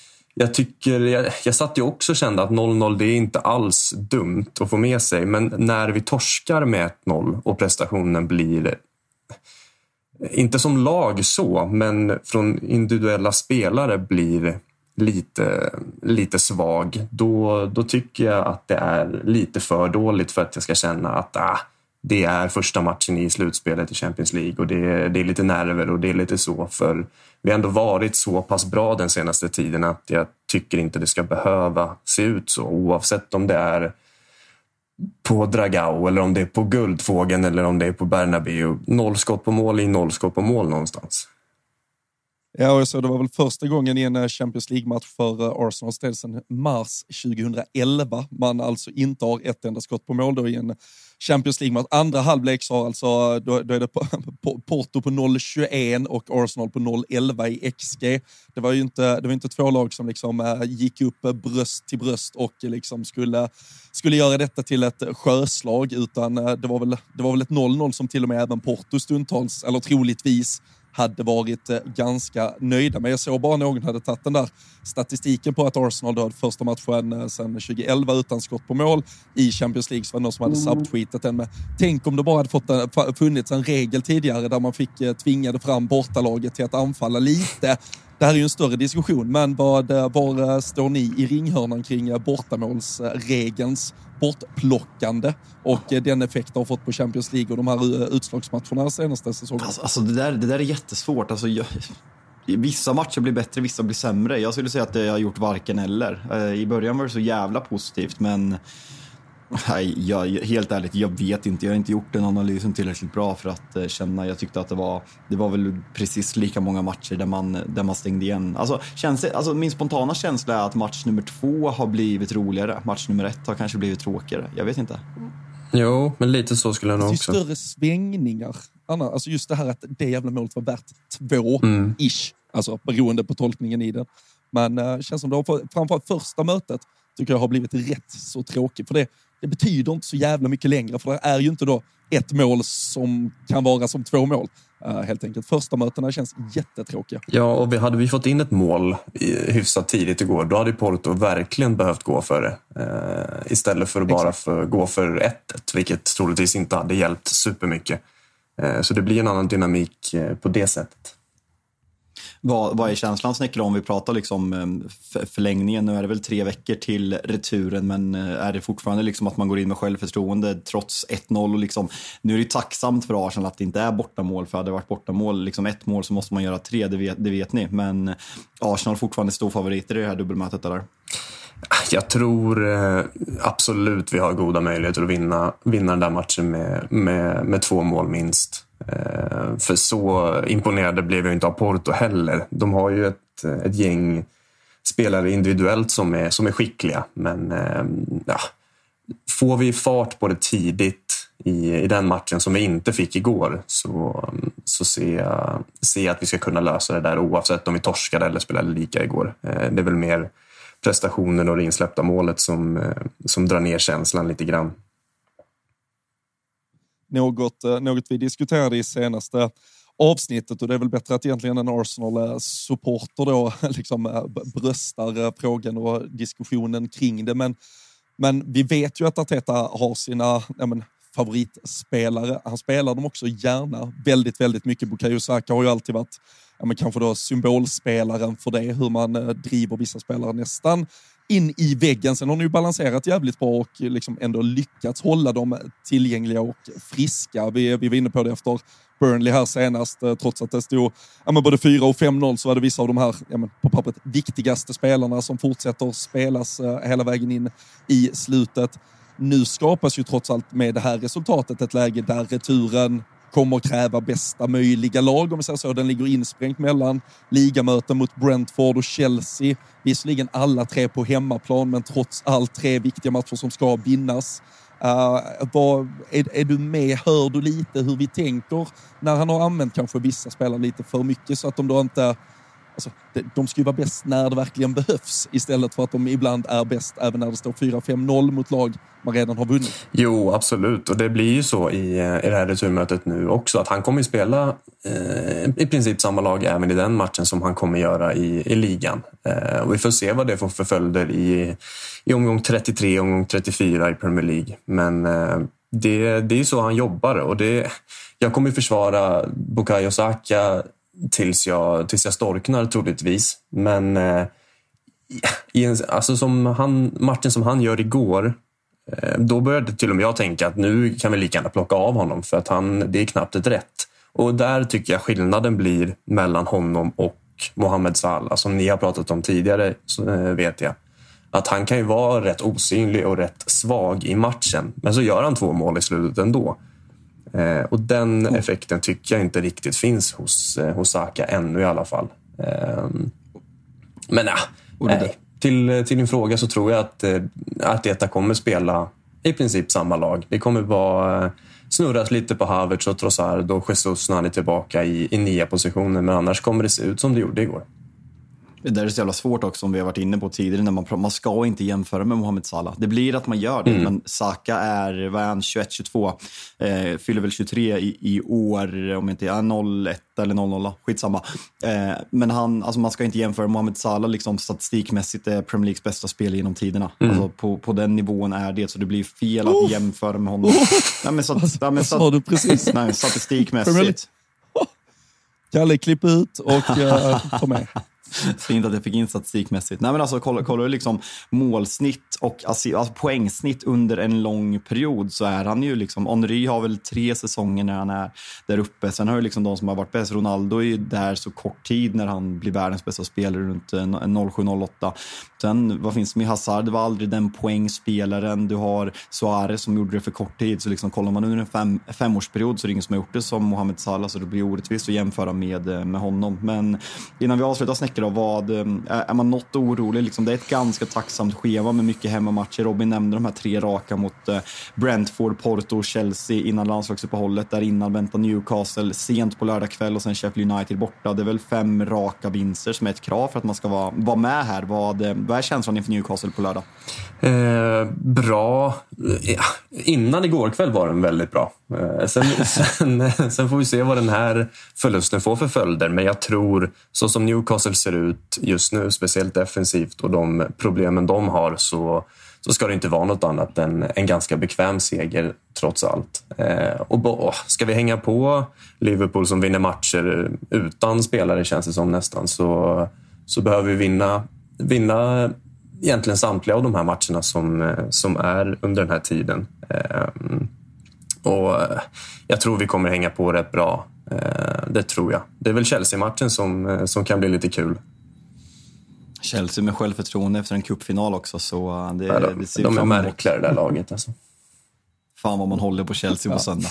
Jag satt ju också och kände att 0-0 det är inte alls dumt att få med sig. Men när vi torskar med 1-0 och prestationen blir, inte som lag så, men från individuella spelare blir lite svag. Då tycker jag att det är lite för dåligt för att jag ska känna att det är första matchen i slutspelet i Champions League. Och det är lite nerver och det är lite så, för vi har ändå varit så pass bra den senaste tiden att jag tycker inte det ska behöva se ut så, oavsett om det är på Dragao eller om det är på Guldfågeln eller om det är på Bernabéu. 0 skott på mål i 0 skott på mål någonstans. Ja, och så det var väl första gången i en Champions League-match för Arsenals del sedan mars 2011. Man alltså inte har ett enda skott på mål då i en Champions League-match. Andra halvlek så alltså, då är det Porto på 0,21 och Arsenal på 0,11 i XG. Det var inte två lag som liksom gick upp bröst till bröst och liksom skulle göra detta till ett sjöslag, utan det var väl ett 0-0 som till och med även Porto stundtals, eller troligtvis, hade varit ganska nöjda. Men jag såg bara någon hade tagit den där statistiken på att Arsenal då hade första matchen sedan 2011 utan skott på mål i Champions League. Så var det någon som hade subtweetat den med: tänk om det bara hade funnits en regel tidigare där man tvingade fram bortalaget till att anfalla lite. Det här är ju en större diskussion, men var står ni i ringhörnan kring bortamålsregelns bortplockande och den effekt det har fått på Champions League och de här utslagsmatcherna senaste säsongen? Alltså det där är jättesvårt. Alltså, vissa matcher blir bättre, vissa blir sämre. Jag skulle säga att det har gjort varken eller. I början var det så jävla positivt, men Nej, helt ärligt, jag vet inte. Jag har inte gjort den analysen tillräckligt bra för att känna. Jag tyckte att det var väl precis lika många matcher där man stängde igen. Alltså, min spontana känsla är att match nummer 2 har blivit roligare. Match nummer 1 har kanske blivit tråkigare. Jag vet inte. Jo, men lite så skulle jag nog också. Det är större svängningar. Anna, alltså just det här att det jävla målet var värt 2-ish. Alltså beroende på tolkningen i den. Men känns som det har framförallt första mötet tycker jag har blivit rätt så tråkigt. För det betyder inte så jävla mycket längre. För det är ju inte då ett mål som kan vara som 2 mål. Helt enkelt. Första mötena känns jättetråkiga. Ja, och hade vi fått in ett mål hyfsat tidigt igår, då hade Porto verkligen behövt gå för det. Istället för att bara gå för 1-1, vilket troligtvis inte hade hjälpt supermycket. Så det blir en annan dynamik på det sättet. Vad är känslan, Snäckla, om vi pratar liksom förlängningen? Nu är det väl 3 veckor till returen, men är det fortfarande liksom att man går in med självförtroende trots 1-0? Och liksom, nu är det tacksamt för Arsenal att det inte är bortamål, för hade det varit bortamål, liksom 1 mål, så måste man göra 3, det vet ni. Men Arsenal fortfarande stor favoriter i det här dubbelmötet, eller? Jag tror absolut vi har goda möjligheter att vinna den där matchen med 2 mål minst. För så imponerade blev jag inte av Porto heller. De har ju ett gäng spelare individuellt som är skickliga, men får vi fart på det tidigt i den matchen som vi inte fick igår, så ser jag att vi ska kunna lösa det där oavsett om vi torskade eller spelade lika igår. Det är väl mer prestationen och det insläppta målet som drar ner känslan lite grann. Något vi diskuterade i senaste avsnittet, och det är väl bättre att egentligen en Arsenal-supporter då liksom bröstar frågan och diskussionen kring det. Men vi vet ju att Arteta har sina favoritspelare. Han spelar dem också gärna väldigt, väldigt mycket. Bukayo Saka har ju alltid varit kanske då symbolspelaren för det, hur man driver vissa spelare nästan in i väggen. Sen har ni ju balanserat jävligt bra och liksom ändå lyckats hålla dem tillgängliga och friska. Vi var inne på det efter Burnley här senast. Trots att det stod både 4 och 5-0, så var det vissa av de här på pappret viktigaste spelarna som fortsätter spelas hela vägen in i slutet. Nu skapas ju trots allt med det här resultatet ett läge där returen kommer kräva bästa möjliga lag, om vi säger så. Den ligger insprängt mellan ligamöten mot Brentford och Chelsea. Visserligen alla 3 på hemmaplan, men trots allt 3 viktiga matcher som ska vinnas. Är du med? Hör du lite hur vi tänker när han har använt kanske vissa spelare lite för mycket, så att de då inte... Alltså, de ska ju vara bäst när det verkligen behövs, istället för att de ibland är bäst även när det står 4-5-0 mot lag man redan har vunnit. Jo, absolut. Och det blir ju så i det här returmötet nu också, att han kommer spela i princip samma lag även i den matchen som han kommer göra i ligan. Och vi får se vad det får för följder i omgång 33, omgång 34 i Premier League. Men det är ju så han jobbar, och jag kommer försvara Bukayo Saka tills jag storknar troligtvis. Men matchen som han gör igår, då började till och med jag tänka att nu kan vi lika gärna plocka av honom, för att det är knappt ett rätt. Och där tycker jag skillnaden blir mellan honom och Mohamed Salah, som ni har pratat om tidigare, så vet jag. Att han kan ju vara rätt osynlig och rätt svag i matchen, men så gör han 2 mål i slutet ändå. Och den effekten tycker jag inte riktigt finns hos Saka ännu i alla fall. Men till din fråga, så tror jag att Arteta kommer spela i princip samma lag. Det kommer vara snurras lite på Havertz och Trossard och Jesus när han är tillbaka i nya positioner, men annars kommer det se ut som det gjorde igår. Det där är så jävla svårt också, som vi har varit inne på tidigare, när man ska inte jämföra med Mohamed Salah. Det blir att man gör det, men Saka är 21-22, fyller väl 23 i år, om inte 01 eller 00, skitsamma. Men man ska inte jämföra Mohamed Salah liksom statistikmässigt är Premier Leagues bästa spel genom tiderna. Alltså på den nivån är det, så det blir fel att jämföra med honom. Vad sa du precis? Nej, statistikmässigt. Kalle, klipp ut och ta med. Fint att jag fick in statistikmässigt. Nej, men alltså kollar du liksom målsnitt och alltså poängsnitt under en lång period, så är han ju liksom, Henry har väl 3 säsonger när han är där uppe. Sen har ju liksom de som har varit bäst, Ronaldo är ju där så kort tid när han blir världens bästa spelare runt 07-08. Sen, vad finns med Hazard? Det var aldrig den poängspelaren. Du har Suarez som gjorde det för kort tid. Så liksom, kollar man under en femårsperiod så är det ingen som har gjort det som Mohamed Salah. Så det blir orättvist att jämföra med honom. Men innan vi avslutar snacka då, är man något orolig? Liksom, det är ett ganska tacksamt schema med mycket hemmamatcher. Robin nämnde de här 3 raka mot Brentford, Porto och Chelsea innan landslagsuppehållet. Där innan väntar Newcastle sent på lördag kväll och sen Sheffield United borta. Det är väl 5 raka vinster som är ett krav för att man ska vara med här. Vad är känslan inför Newcastle på lördag? Bra. Ja, innan igår kväll var den väldigt bra. Sen får vi se vad den här förlusten får för följder. Men jag tror, så som Newcastle ser ut just nu, speciellt defensivt och de problemen de har, så ska det inte vara något annat än en ganska bekväm seger trots allt. Och ska vi hänga på Liverpool som vinner matcher utan spelare, känns det som nästan, så behöver vi vinna egentligen samtliga av de här matcherna som är under den här tiden. Och jag tror vi kommer hänga på rätt bra. Det tror jag. Det är väl Chelsea-matchen som kan bli lite kul. Chelsea med självförtroende efter en cupfinal också, så det ser de är märkliga det där laget alltså. Fan vad man håller på Chelsea på söndag.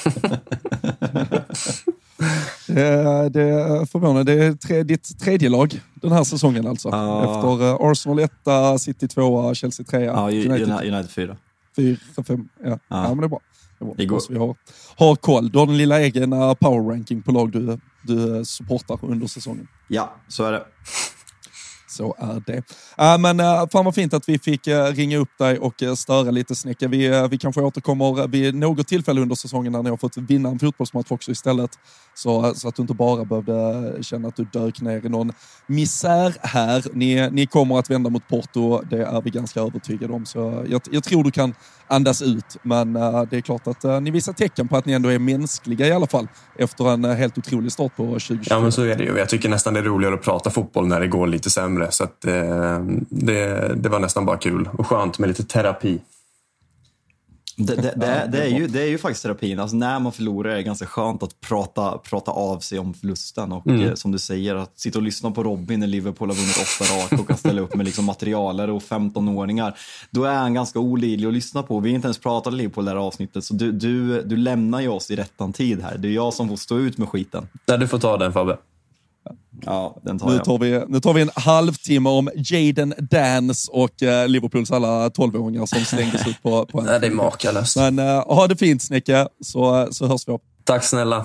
Det är förvånande. Det är ditt tredje lag den här säsongen alltså. Efter Arsenal 1, City 2, Chelsea 3. United 4. 4-5. Ja, men det är bra. Igår. Vi har koll. Du har den lilla egna power ranking på lag du supportar under säsongen. Ja, så är det. Så är det. Men fan vad fint att vi fick ringa upp dig och störa lite snäcka. Vi kanske återkommer vid något tillfälle under säsongen när ni har fått vinna en fotbollsmatch också istället. Så att du inte bara behövde känna att du dök ner i någon misär här. Ni kommer att vända mot Porto, det är vi ganska övertygade om. Så jag tror du kan andas ut. Men det är klart att ni visar tecken på att ni ändå är mänskliga i alla fall efter en helt otrolig start på 2020. Ja, men så är det ju. Jag tycker nästan det är roligare att prata fotboll när det går lite sämre. Så att, det var nästan bara kul och skönt med lite terapi. Det är ju faktiskt terapin. Alltså, när man förlorar är det ganska skönt att prata av sig om förlusten. Och som du säger, att sitta och lyssna på Robin när Liverpool har vunnit 8 rak och kan ställa upp med liksom materialare och 15-åringar. Då är han ganska olidlig att lyssna på. Vi har inte ens pratat Liverpool i det här avsnittet. Så du lämnar ju oss i rättan tid här. Det är jag som får stå ut med skiten. Där du får ta den, Fabbe. Ja, den tar jag. Nu tar vi en halvtimme om Jadon Dance och Liverpools alla 12-åringar som slängdes ut på en. Nej, det är makalöst. Men ha det fint, Snäcke, så hörs vi upp. Tack snälla.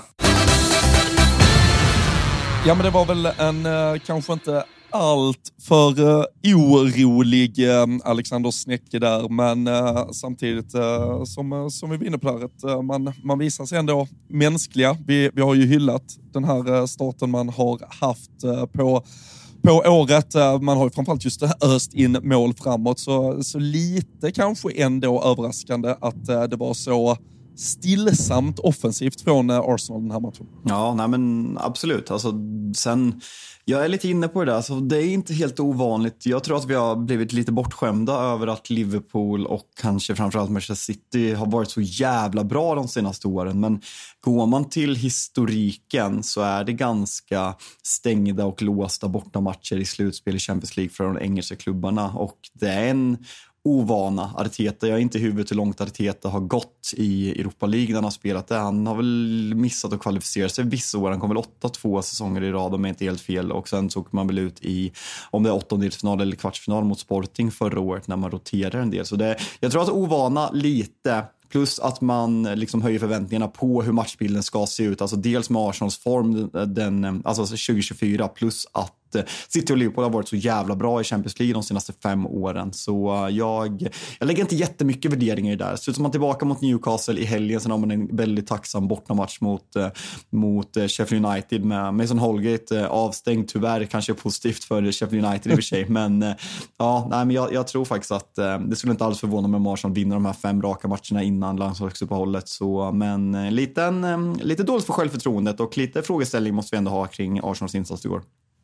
Ja, men det var väl en kanske inte allt för orolig Alexander Snäcke där, men samtidigt som vi vinner på det här, man visar sig ändå mänskliga. Vi har ju hyllat den här starten man har haft på året. Man har ju framförallt just öst in mål framåt, så lite kanske ändå överraskande att det var så stillsamt offensivt från Arsenal den här matchen. Ja, nej men absolut. Alltså, sen, jag är lite inne på det där. Alltså, det är inte helt ovanligt. Jag tror att vi har blivit lite bortskämda över att Liverpool och kanske framförallt Manchester City har varit så jävla bra de senaste åren. Men går man till historiken så är det ganska stängda och låsta bortamatcher i slutspel i Champions League för de engelska klubbarna. Och det är en ovana Arteta. Jag är inte i huvudet hur långt Arteta har gått i Europa League när han har spelat det. Han har väl missat att kvalificera sig vissa år. Han kom väl 8-2 säsonger i rad om jag inte helt fel. Och sen så åker man väl ut i, om det är åttondelsfinal eller kvartsfinal mot Sporting förra året när man roterar en del. Så jag tror att ovana lite. Plus att man liksom höjer förväntningarna på hur matchbilden ska se ut. Alltså dels med Arsenals form alltså 2024, plus att City och Liverpool har varit så jävla bra i Champions League de senaste 5 åren. Så jag lägger inte jättemycket värderingar i det där. Så ut som man tillbaka mot Newcastle i helgen, sen har man en väldigt tacksam bortamatch mot Sheffield United med Mason Holgate avstängd. Tyvärr kanske är positivt för Sheffield United i och för sig. Men jag tror faktiskt att det skulle inte alls förvåna mig om Arsenal vinner de här 5 raka matcherna innan landslagsuppehållet. Men lite dåligt för självförtroendet och lite frågeställning måste vi ändå ha kring Arsenals insats igår.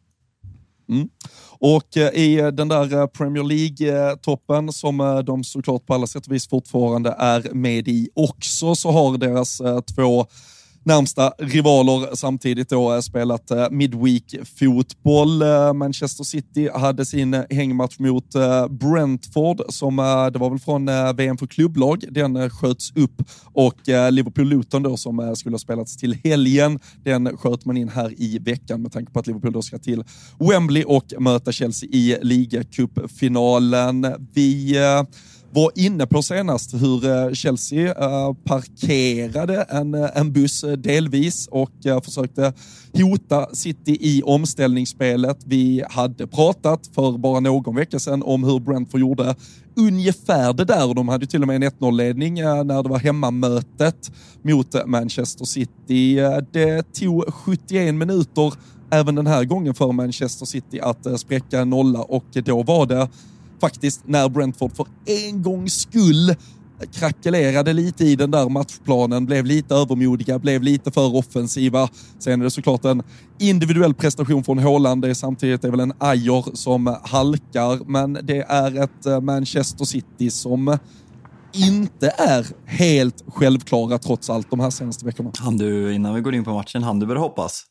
Och i den där Premier League-toppen som de såklart på alla sätt och vis fortfarande är med i också, så har deras 2 närmsta rivaler samtidigt då spelat midweek-fotboll. Manchester City hade sin hängmatch mot Brentford som det var väl från VM för klubblag. Den sköts upp och Liverpool-Luton då som skulle ha spelats till helgen, den sköt man in här i veckan med tanke på att Liverpool då ska till Wembley och möta Chelsea i ligacupfinalen. Vi var inne på senast hur Chelsea parkerade en buss delvis och försökte hota City i omställningsspelet. Vi hade pratat för bara någon vecka sedan om hur Brentford gjorde ungefär det där och de hade till och med en 1-0-ledning när det var hemmamötet mot Manchester City. Det tog 71 minuter även den här gången för Manchester City att spräcka en nolla och då var det faktiskt när Brentford för en gångs skull krackelerade lite i den där matchplanen, blev lite övermodiga, blev lite för offensiva. Sen är det såklart en individuell prestation från Haaland. Det är samtidigt väl en Ajer som halkar, men det är ett Manchester City som inte är helt självklara trots allt de här senaste veckorna. Innan vi går in på matchen, du börjar hoppas?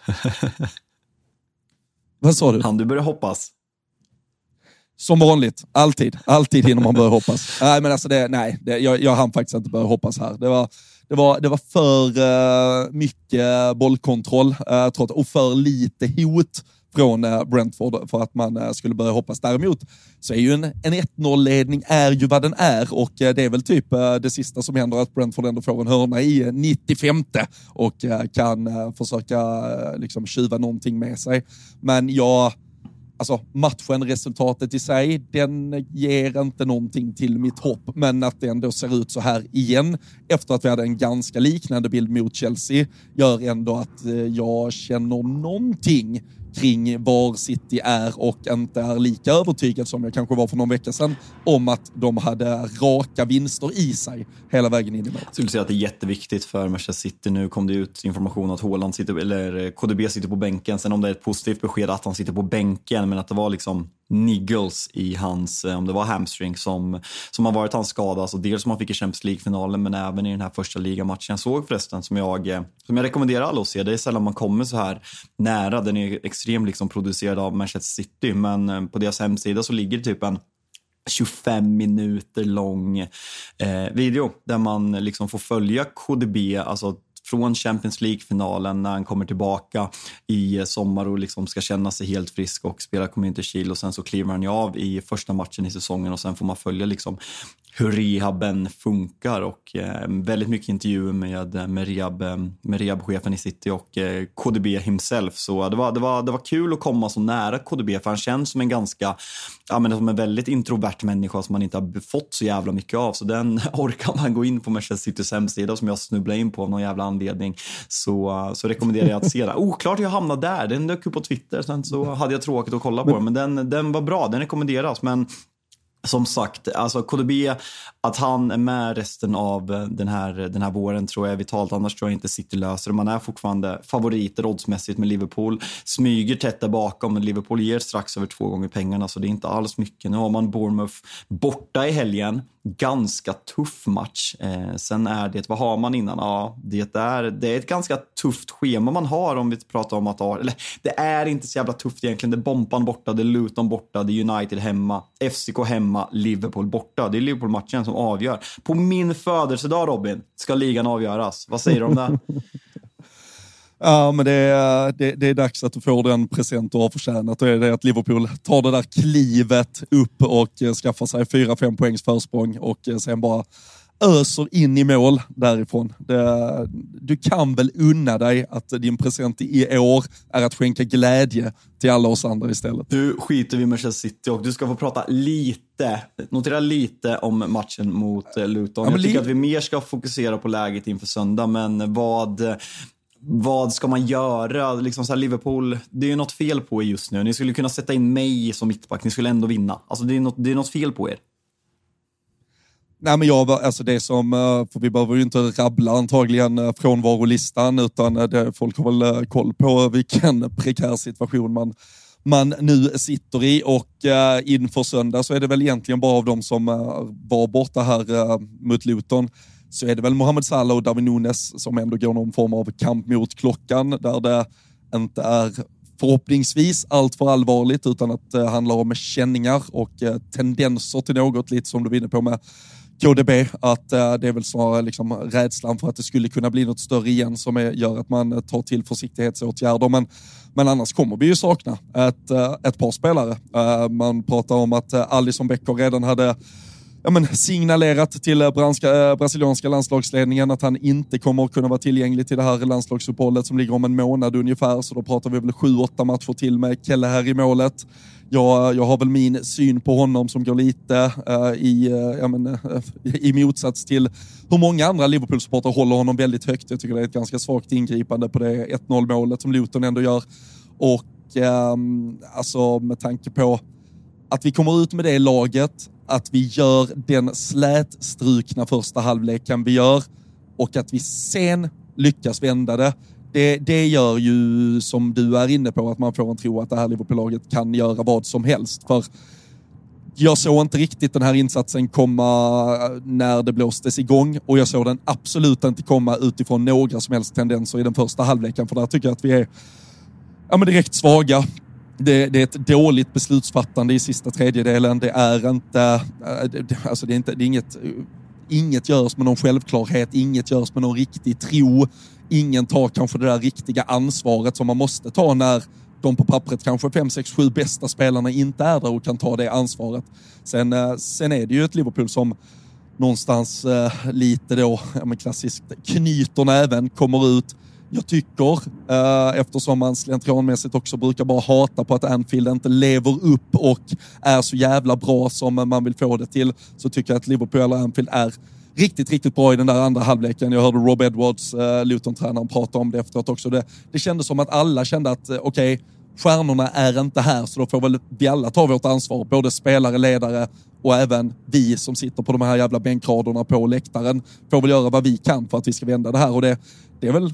Vad sa du? Du börjar hoppas? Som vanligt, alltid hinner man börja hoppas. Nej, men alltså jag hann faktiskt inte börja hoppas här. Det var för mycket bollkontroll och för lite hot från Brentford för att man skulle börja hoppas. Däremot så är ju en 1-0-ledning är ju vad den är och det är väl typ det sista som händer att Brentford ändå får en hörna i 95 och kan försöka liksom tjuva någonting med sig. Men matchen, resultatet i sig, den ger inte någonting till mitt hopp. Men att det ändå ser ut så här igen efter att vi hade en ganska liknande bild mot Chelsea gör ändå att jag känner någonting kring var City är och inte är lika övertygad som jag kanske var för någon vecka sedan om att de hade raka vinster i sig hela vägen in i mål. Jag skulle säga att det är jätteviktigt för Manchester City. Nu kom det ut information att Haaland eller KDB sitter på bänken. Sen om det är ett positivt besked att han sitter på bänken, men att det var liksom niggles i hans, om det var hamstring som har varit hans skada. Alltså dels som han fick i Champions League-finalen men även i den här första ligamatchen. Jag såg förresten som jag rekommenderar alla att se. Det är sällan man kommer så här nära. Den är extremt liksom producerad av Manchester City, men på deras hemsida så ligger det typ en 25 minuter lång video där man liksom får följa KDB, alltså från Champions League-finalen när han kommer tillbaka i sommar och liksom ska känna sig helt frisk och spela Community Shield, och sen så kliver han ju av i första matchen i säsongen och sen får man följa liksom hur rehaben funkar och väldigt mycket intervjuer med rehabchefen i City och KDB himself. Så det var kul att komma så nära KDB, för han känns som en ganska, som en väldigt introvert människa som man inte har fått så jävla mycket av. Så den orkar man gå in på Manchester Citys hemsida som jag snubblar in på av någon jävla anledning. Så rekommenderar jag att se det. Klart jag hamnade där. Den dök upp på Twitter, sen så hade jag tråkigt att kolla på den. Men den var bra, den rekommenderas. Men som sagt, alltså KDB, att han är med resten av den här våren tror jag är vitalt. Annars tror jag inte City löser. Man är fortfarande favoriter oddsmässigt med Liverpool. Smyger tätt där bakom, men Liverpool ger strax över 2 gånger pengarna, så det är inte alls mycket. Nu har man Bournemouth borta i helgen. Ganska tuff match. Sen är det, vad har man innan? Ja, det är ett ganska tufft schema man har, om vi pratar om att eller det är inte så jävla tufft egentligen. Det är Bompan borta, det är Luton borta, det är United hemma, FCK hemma, Liverpool borta. Det är Liverpool-matchen som avgör. På min födelsedag, Robin, ska ligan avgöras. Vad säger du om det? Ja, men det är dags att du får den present du har förtjänat. Och det är det att Liverpool tar det där klivet upp och skaffar sig 4-5 poängs försprång och sen bara öser in i mål därifrån. Du kan väl unna dig att din present i år är att skänka glädje till alla oss andra istället. Du skiter vi Manchester City och du ska få prata notera lite om matchen mot Luton. Jag tycker att vi mer ska fokusera på läget inför söndag, men vad ska man göra? Liksom så här, Liverpool, det är ju något fel på er just nu. Ni skulle kunna sätta in mig som mittback. Ni skulle ändå vinna. Alltså det är något fel på er. Nej, men det som, för vi behöver ju inte rabbla antagligen frånvarolistan, utan folk har väl koll på vilken prekär situation man nu sitter i, och inför söndag så är det väl egentligen bara av dem som var borta här mot Luton så är det väl Mohamed Salah och Darwin Núñez som ändå går någon form av kamp mot klockan, där det inte är förhoppningsvis allt för allvarligt, utan att det handlar om känningar och tendenser till något, lite som du var inne på med KDB, att det är väl snarare liksom rädslan för att det skulle kunna bli något större igen som gör att man tar till försiktighetsåtgärder. Men annars kommer vi ju sakna ett par spelare. Man pratar om att Alisson Becker redan hade signalerat till brasilianska landslagsledningen att han inte kommer att kunna vara tillgänglig till det här landslagsuppehållet som ligger om en månad ungefär. Så då pratar vi väl 7-8 matcher till med Kelle här i målet. Jag har väl min syn på honom som går lite i motsats till hur många andra Liverpool-supporter håller honom väldigt högt. Jag tycker det är ett ganska svagt ingripande på det 1-0-målet som Luton ändå gör. Och med tanke på att vi kommer ut med det laget, att vi gör den slätstrukna första halvleken vi gör och att vi sen lyckas vända det gör ju, som du är inne på, att man får en tro att det här Liverpool-laget kan göra vad som helst. För jag såg inte riktigt den här insatsen komma när det blåstes igång, och jag såg den absolut inte komma utifrån några som helst tendenser i den första halvleken, för där tycker jag att vi är direkt svaga. Det är ett dåligt beslutsfattande i sista tredjedelen. Det är inte, det är inget görs med någon självklarhet, inget görs med någon riktig tro. Ingen tar kanske det där riktiga ansvaret som man måste ta när de på pappret kanske 5, 6, 7 bästa spelarna inte är där och kan ta det ansvaret. Sen är det ju ett Liverpool som någonstans lite då, klassiskt knyter näven, kommer ut. Jag tycker, eftersom man slentrianmässigt också brukar bara hata på att Anfield inte lever upp och är så jävla bra som man vill få det till, så tycker jag att Liverpool eller Anfield är riktigt, riktigt bra i den där andra halvleken. Jag hörde Rob Edwards, Luton-tränaren, prata om det efteråt också. Det kändes som att alla kände att stjärnorna är inte här, så då får väl vi alla ta vårt ansvar. Både spelare, ledare och även vi som sitter på de här jävla bänkraderna på läktaren får väl göra vad vi kan för att vi ska vända det här. Och det är väl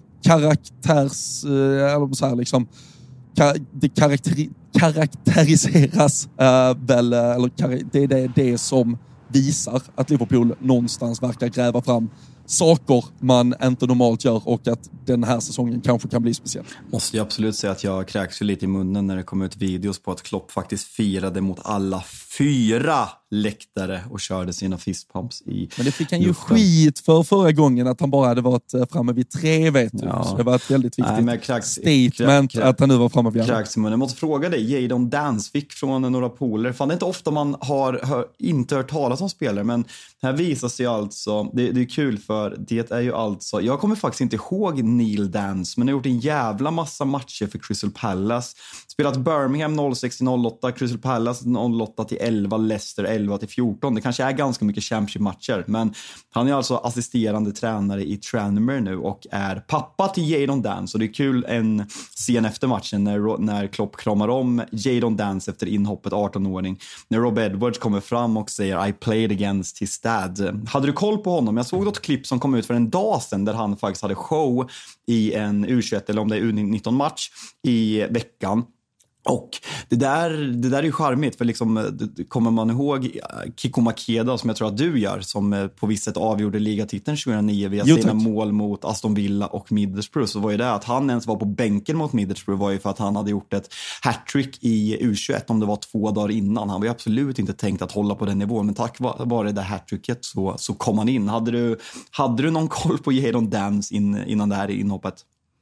karaktäriseras väl, eller det är det som visar att Liverpool någonstans verkar gräva fram saker man inte normalt gör, och att den här säsongen kanske kan bli speciell. Måste jag absolut säga att jag kräks lite i munnen när det kom ut videos på att Klopp faktiskt firade mot alla 4 läktare och körde sina fistpumps i. Men det fick han ju skit för förra gången, att han bara hade varit framme vid 3, vet du. Ja. Så det var ett väldigt viktigt statement att han nu var framme vid alla. Jag måste fråga dig, Jadon Dance fick från några poler. Fan, det är inte ofta man har inte hört talas om spelare, men här visar sig alltså, det är kul för det är ju alltså, jag kommer faktiskt inte ihåg Neil Dance, men har gjort en jävla massa matcher för Crystal Palace. Spelat Birmingham 06-08, Crystal Palace 08-11, Leicester 11-14. Det kanske är ganska mycket Championship-matcher, men han är alltså assisterande tränare i Tranmere nu och är pappa till Jadon Dance. Och det är kul en scen efter matchen när Klopp kramar om Jadon Dance efter inhoppet, 18-åring. När Rob Edwards kommer fram och säger I played against his dad. Hade du koll på honom? Jag såg något klipp som kom ut för en dag sedan där han faktiskt hade show i en U21 eller om det är U19-match i veckan. Och det där är ju charmigt, för liksom, kommer man ihåg Kiko Makeda, som jag tror att du gör, som på visst sätt avgjorde ligatiteln 2009 via sina mål mot Aston Villa och Middlesbrough, så var ju det att han ens var på bänken mot Middlesbrough var ju för att han hade gjort ett hattrick i U21 om det var 2 dagar innan. Han var ju absolut inte tänkt att hålla på den nivån, men tack vare det hattricket så kom han in. Hade du någon koll på Jadon Dance innan det här inhoppet?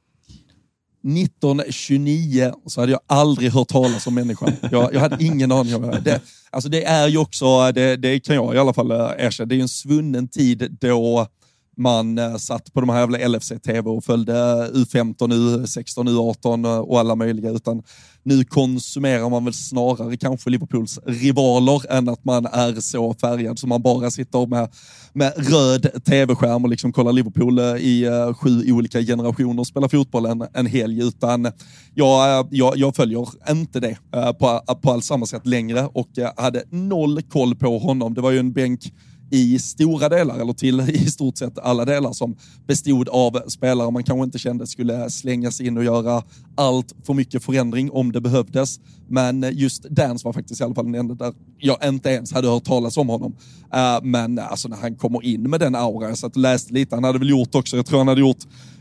1929 så hade jag aldrig hört talas om människan. Jag hade ingen aning om det. Alltså det är ju också, det kan jag i alla fall erkänna, det är ju en svunnen tid då man satt på de här jävla LFC-TV och följde U15, U16, U18 och alla möjliga, utan nu konsumerar man väl snarare kanske Liverpools rivaler än att man är så färgad som man bara sitter med röd tv-skärm och liksom kollar Liverpool i 7 olika generationer och spelar fotboll en helg, utan jag följer inte det på alls samma sätt längre, och hade noll koll på honom. Det var ju en bänk i stora delar, eller till i stort sett alla delar, som bestod av spelare man kanske inte kände skulle slängas in och göra allt för mycket förändring om det behövdes. Men just Dance var faktiskt i alla fall den enda där jag inte ens hade hört talas om honom. Men alltså när han kommer in med den aura, så att läste lite, han hade väl gjort också, jag tror han hade gjort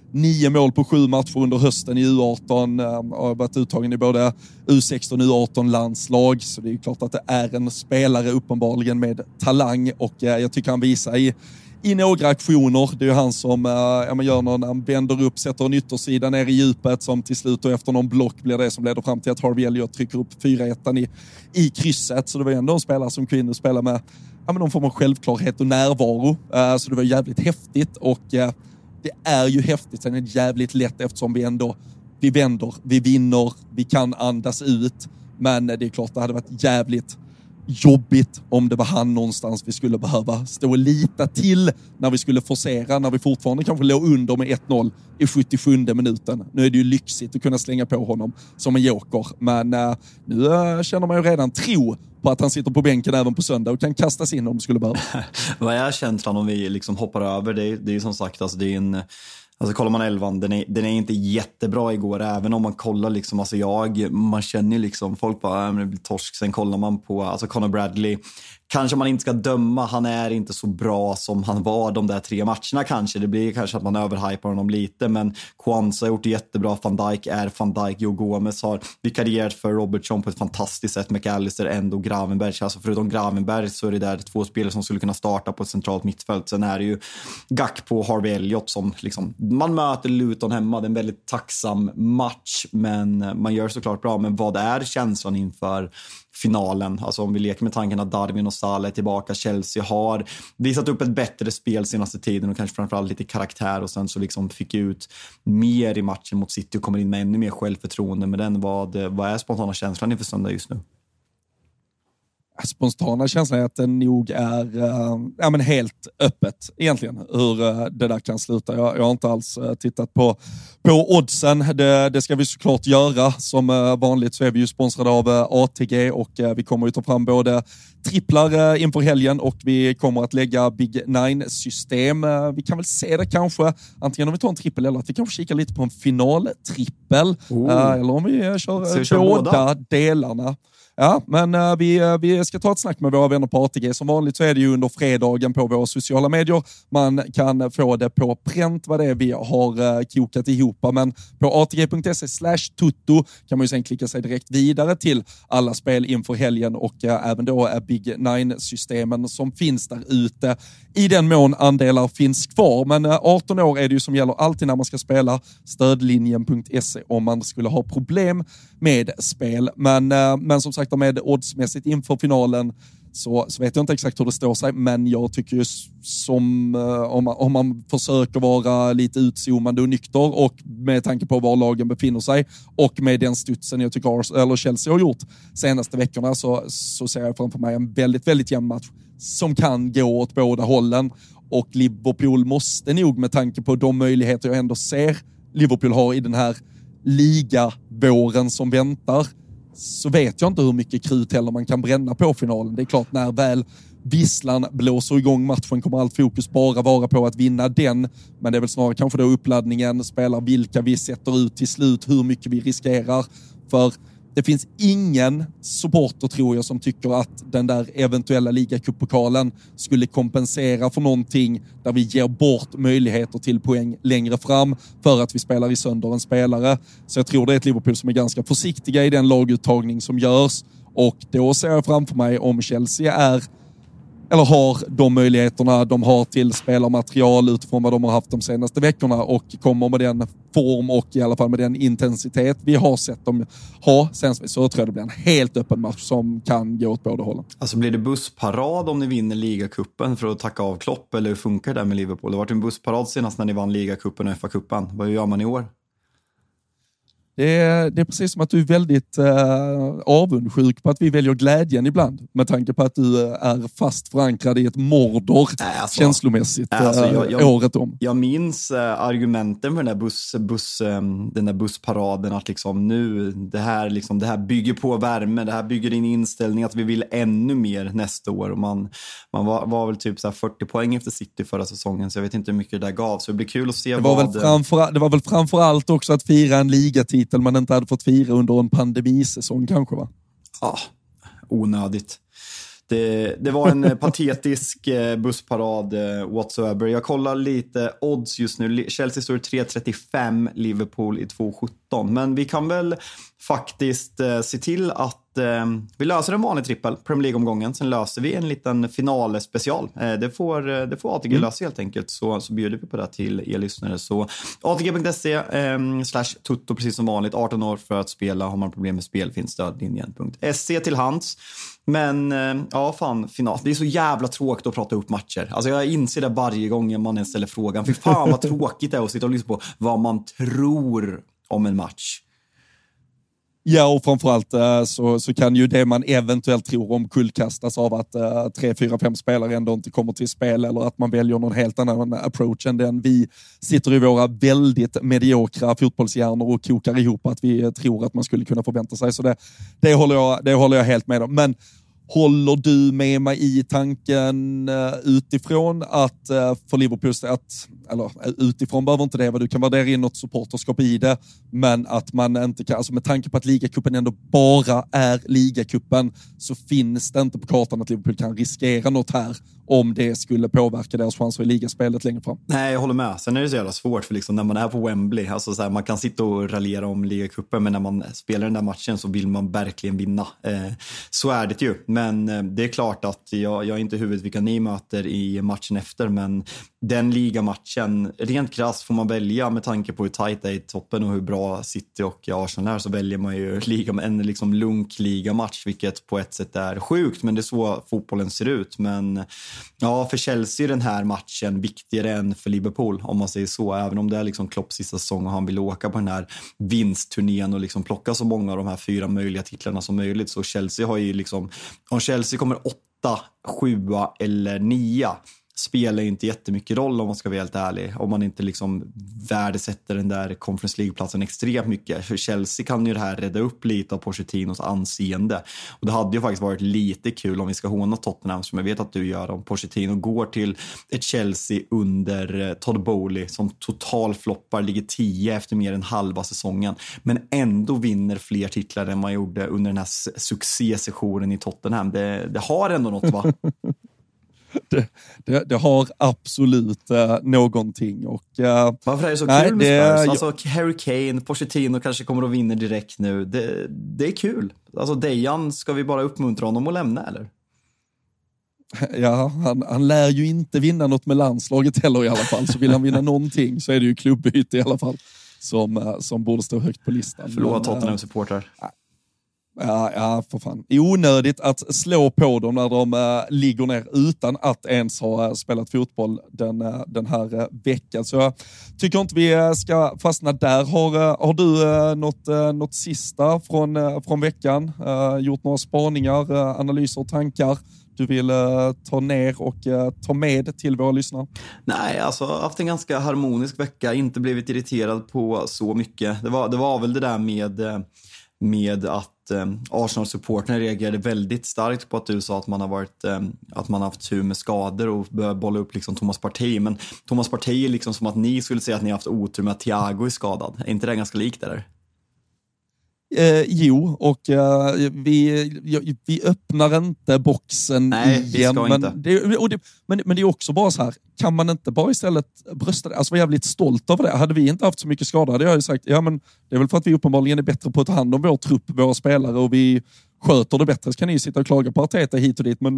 9 mål på 7 matcher under hösten i U18 och har varit uttagen i både U16 och U18-landslag. Så det är ju klart att det är en spelare uppenbarligen med talang, och jag tycker han visar i några aktioner. Det är ju han som gör någon, han vänder upp, sätter en yttersida ner i djupet som till slut och efter någon block blir det som leder fram till att Harvey Elliott trycker upp 4-1 i krysset. Så det var ändå en spelare som kunde spela med någon form av självklarhet och närvaro. Så det var jävligt häftigt, och det är ju häftigt, sen är det jävligt lätt eftersom vi vänder, vi vinner, vi kan andas ut. Men det är klart det hade varit jävligt jobbigt om det var han någonstans vi skulle behöva stå och lita till när vi skulle forcera, när vi fortfarande kanske låg under med 1-0 i 77 minuten. Nu är det ju lyxigt att kunna slänga på honom som en joker, men nu känner man ju redan tro på att han sitter på bänken även på söndag och kan kastas in om det skulle behöva. Vad är känslan om vi liksom hoppar över? Det är ju som sagt, alltså det är en... Alltså kollar man 11, den är inte jättebra igår, även om man kollar liksom, alltså man känner liksom, folk bara, det blir torsk, sen kollar man på, alltså Conor Bradley, kanske man inte ska döma, han är inte så bra som han var de där 3 matcherna kanske, det blir kanske att man överhypar honom lite, men Kwanza har gjort det jättebra, Van Dijk, Joe Gomez har vikarierat för Robertson på ett fantastiskt sätt, McAllister, Endo, Gravenberg, alltså förutom Gravenberg så är det där 2 spelare som skulle kunna starta på ett centralt mittfält, sen är det ju Gakpo och Harvey Elliott som liksom, man möter Luton hemma, det är en väldigt tacksam match, men man gör såklart bra, men vad är känslan inför finalen? Alltså om vi leker med tanken att Darwin och Salah är tillbaka, Chelsea har visat upp ett bättre spel senaste tiden och kanske framförallt lite karaktär, och sen så liksom fick ut mer i matchen mot City och kommer in med ännu mer självförtroende med den. Vad är spontana känslan inför söndag just nu? Spontana känslan är att det nog är helt öppet egentligen hur det där kan sluta. Jag har inte alls tittat på oddsen. Det ska vi såklart göra. Som vanligt så är vi ju sponsrade av ATG, och vi kommer ju ta fram både tripplar inför helgen och vi kommer att lägga Big Nine-system. Vi kan väl se det kanske, antingen om vi tar en trippel eller att vi kanske kikar lite på en finaltrippel. Eller om vi kör båda delarna. Ja, men vi ska ta ett snack med våra vänner på ATG. Som vanligt så är det ju under fredagen på våra sociala medier. Man kan få det på pränt vad det är vi har kokat ihop. Men på atg.se/tutto kan man ju sen klicka sig direkt vidare till alla spel inför helgen, och även då är Big Nine-systemen som finns där ute. I den mån andelar finns kvar. Men 18 år är det ju som gäller alltid när man ska spela. Stödlinjen.se om man skulle ha problem med spel. Men som sagt, med oddsmässigt inför finalen så vet jag inte exakt hur det står sig, men jag tycker ju som om man försöker vara lite utzoomande och nykter, och med tanke på var lagen befinner sig och med den studsen jag tycker Chelsea har gjort senaste veckorna, så ser jag framför mig en väldigt, väldigt jämn match som kan gå åt båda hållen. Och Liverpool måste nog, med tanke på de möjligheter jag ändå ser Liverpool har i den här ligavåren som väntar, så vet jag inte hur mycket krut heller man kan bränna på finalen. Det är klart, när väl visslan blåser igång matchen kommer allt fokus bara vara på att vinna den. Men det är väl snarare kanske då uppladdningen, spelar vilka vi sätter ut till slut, hur mycket vi riskerar. För det finns ingen supporter, tror jag, som tycker att den där eventuella ligacupppokalen skulle kompensera för någonting där vi ger bort möjligheter till poäng längre fram för att vi spelar i sönder en spelare. Så jag tror det är ett Liverpool som är ganska försiktiga i den laguttagning som görs. Och då ser jag framför mig, om Chelsea har de möjligheterna de har till spelarmaterial utifrån vad de har haft de senaste veckorna, och kommer med den form och i alla fall med den intensitet vi har sett dem ha sen, så tror jag det blir en helt öppen match som kan gå åt båda hållen. Alltså blir det bussparad om ni vinner ligacupen för att tacka av Klopp, eller hur funkar det med Liverpool? Det har varit en bussparad senast när ni vann ligacupen och FA-cupen. Vad gör man i år? Det är precis som att du är väldigt avundsjuk på att vi väljer glädjen ibland. Med tanke på att du är fast förankrad i ett Mordor känslomässigt året om. Jag minns argumenten för den där bussparaden. Att liksom nu, det här bygger på värme. Det här bygger in inställning att vi vill ännu mer nästa år. Och man var väl typ så här 40 poäng efter City förra säsongen. Så jag vet inte hur mycket det där gav. Så det blir kul att se det var väl framförallt också att fira en ligatitel man inte hade fått fira under en pandemisäsong kanske, va? Ja, onödigt. Det var en patetisk bussparad whatsoever. Jag kollar lite odds just nu. Chelsea står i 3,35, Liverpool i 2,17. Men vi kan väl faktiskt se till att vi löser en vanlig trippel, Premier League-omgången. Sen löser vi en liten finalspecial. Det får ATG lösa helt enkelt. Så bjuder vi på det till er lyssnare. Så atg.se/tutto precis som vanligt. 18 år för att spela. Har man problem med spel finns stödlinjen.se till hands. Men final. Det är så jävla tråkigt att prata upp matcher. Alltså jag inser det varje gång man ens ställer frågan. För fan vad tråkigt det är att sitta och lyssna på vad man tror om en match. Ja, och framförallt så kan ju det man eventuellt tror om kullkastas av att 3-4-5 spelare ändå inte kommer till spel, eller att man väljer någon helt annan approach än den vi sitter i våra väldigt mediokra fotbollshjärnor och kokar ihop att vi tror att man skulle kunna förvänta sig. Så det håller jag helt med om. Men håller du med mig i tanken utifrån att för Liverpool, eller utifrån behöver inte det vara, du kan värdera in något supporterskap i det, men att man inte kan, alltså med tanke på att ligacupen ändå bara är ligacupen, så finns det inte på kartan att Liverpool kan riskera något här om det skulle påverka deras chanser i ligaspelet längre fram. Nej, jag håller med. Sen är det så jävla svårt för liksom, när man är på Wembley, alltså så här, man kan sitta och raljera om ligacupen, men när man spelar den där matchen så vill man verkligen vinna. Så är det ju. Men det är klart att jag är inte huvudet vilka ni möter i matchen efter, men den ligamatchen, rent krasst får man välja med tanke på hur tajt det är i toppen och hur bra City och Arsenal är, så väljer man ju en liksom lunk-ligamatch, vilket på ett sätt är sjukt, men det är så fotbollen ser ut. Men ja, för Chelsea är den här matchen viktigare än för Liverpool, om man säger så, även om det är liksom Klopps sista säsong och han vill åka på den här vinstturnén och liksom plocka så många av de här 4 möjliga titlarna som möjligt. Så Chelsea har ju liksom, om Chelsea kommer 8, 7 eller 9 spelar inte jättemycket roll, om man ska vara helt ärlig, om man inte liksom värdesätter den där Conference League-platsen extremt mycket. För Chelsea kan ju det här rädda upp lite av Pochettinos anseende, och det hade ju faktiskt varit lite kul, om vi ska håna Tottenham som jag vet att du gör, om Pochettino går till ett Chelsea under Todd Bowley som total floppar, ligger 10 efter mer än halva säsongen, men ändå vinner fler titlar än man gjorde under den här succésessionen i Tottenham. Det har ändå något, va? Det har absolut någonting. Och, varför är det så kul med Spurs? Alltså Harry Kane, Pochettino kanske kommer att vinna direkt nu. Det är kul. Alltså Dejan, ska vi bara uppmuntra honom att lämna, eller? Ja, han lär ju inte vinna något med landslaget heller i alla fall. Så vill han vinna någonting så är det ju klubbyte i alla fall som borde stå högt på listan. Förlåt Tottenham-supportrar. Ja, för fan. Onödigt att slå på dem när de ligger ner utan att ens ha spelat fotboll den här veckan. Så jag tycker inte vi ska fastna där. Har du något sista från veckan? Gjort några spaningar, analyser och tankar du vill ta ner och ta med till våra lyssnare? Nej, alltså haft en ganska harmonisk vecka. Inte blivit irriterad på så mycket. Det var väl det där med att Arsenal-supporten reagerade väldigt starkt på att du sa att man har haft tur med skador och började bolla upp liksom Thomas Partey. Men Thomas Partey är liksom som att ni skulle säga att ni har haft otur med att Thiago är skadad. Är inte det ganska likt det där? Jo, och vi öppnar inte boxen. Nej, igen. Vi ska inte. Men det är också bara så här, kan man inte bara istället brösta det? Alltså var jävligt stolt över det. Hade vi inte haft så mycket skador hade jag ju sagt, ja men det är väl för att vi uppenbarligen är bättre på att ta hand om vår trupp, våra spelare, och vi sköter det bättre. Så kan ni sitta och klaga på Arteta hit och dit, men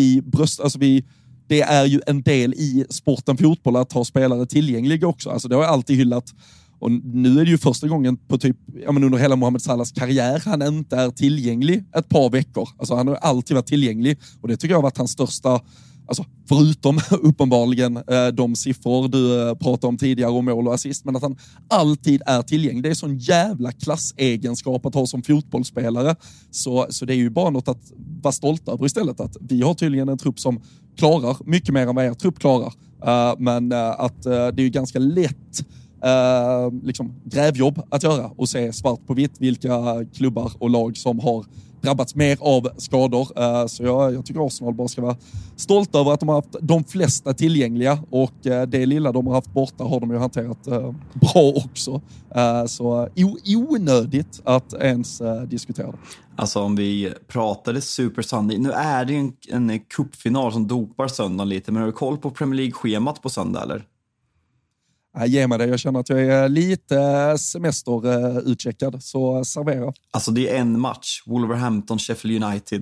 det är ju en del i sporten fotboll att ha spelare tillgängliga också. Alltså det har jag alltid hyllat. Och nu är det ju första gången på under hela Mohamed Salahs karriär han inte är tillgänglig ett par veckor. Alltså han har alltid varit tillgänglig, och det tycker jag har varit hans största alltså förutom uppenbarligen de siffror du pratade om tidigare om mål och assist, men att han alltid är tillgänglig. Det är sån jävla klassegenskap att ha som fotbollsspelare. Så det är ju bara något att vara stolt över istället, att vi har tydligen en trupp som klarar mycket mer än vad er trupp klarar. Men att det är ju ganska lätt liksom grävjobb att göra och se svart på vitt vilka klubbar och lag som har drabbats mer av skador. Så jag tycker Arsenal bara ska vara stolta över att de har haft de flesta tillgängliga, och det lilla de har haft borta har de ju hanterat bra också. Så onödigt att ens diskutera det. Alltså om vi pratade Super Sunday, nu är det ju en cupfinal som dopar söndagen lite, men har du koll på Premier League-schemat på söndag eller? Ge mig det, jag känner att jag är lite semesterutcheckad, så servera. Alltså det är en match, Wolverhampton, Sheffield United.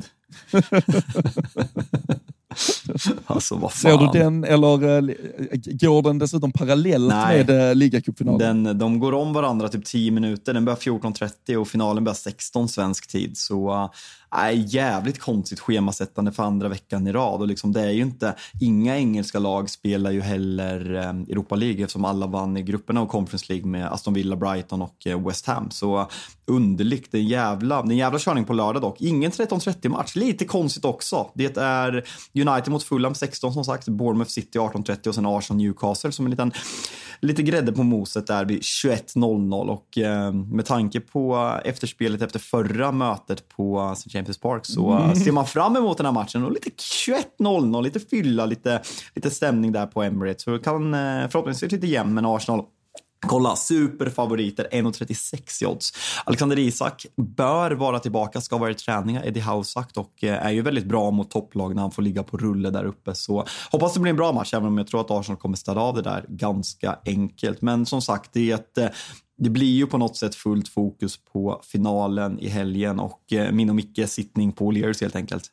Alltså vad fan. Ser du den, eller går den dessutom parallellt med ligacupfinalen? De går om varandra typ 10 minuter, den börjar 14.30 och finalen börjar 16 svensk tid, så jävligt konstigt schemasättande för andra veckan i rad, och liksom det är ju inte, inga engelska lag spelar ju heller Europa League eftersom alla vann i grupperna och Conference League med Aston Villa, Brighton och West Ham, så underligt, det är en jävla körning på lördag dock, ingen 13.30 match, lite konstigt också, det är United mot Fulham 16 som sagt, Bournemouth City 18.30 och sen Arsenal Newcastle som en lite grädde på moset där vid 21.00, och med tanke på efterspelet efter förra mötet på St. James' Park så ser man fram emot den här matchen, och lite 21.00, lite fylla, lite stämning där på Emirates, så kan förhoppningsvis lite jämn, men Arsenal, kolla, superfavoriter, 1,36 odds. Alexander Isak bör vara tillbaka, ska vara i träningar, Eddie Howe sagt, och är ju väldigt bra mot topplag när han får ligga på rulle där uppe. Så hoppas det blir en bra match, även om jag tror att Arsenal kommer städa av det där ganska enkelt. Men som sagt, det blir ju på något sätt fullt fokus på finalen i helgen, och min och Micke sittning på Lears helt enkelt.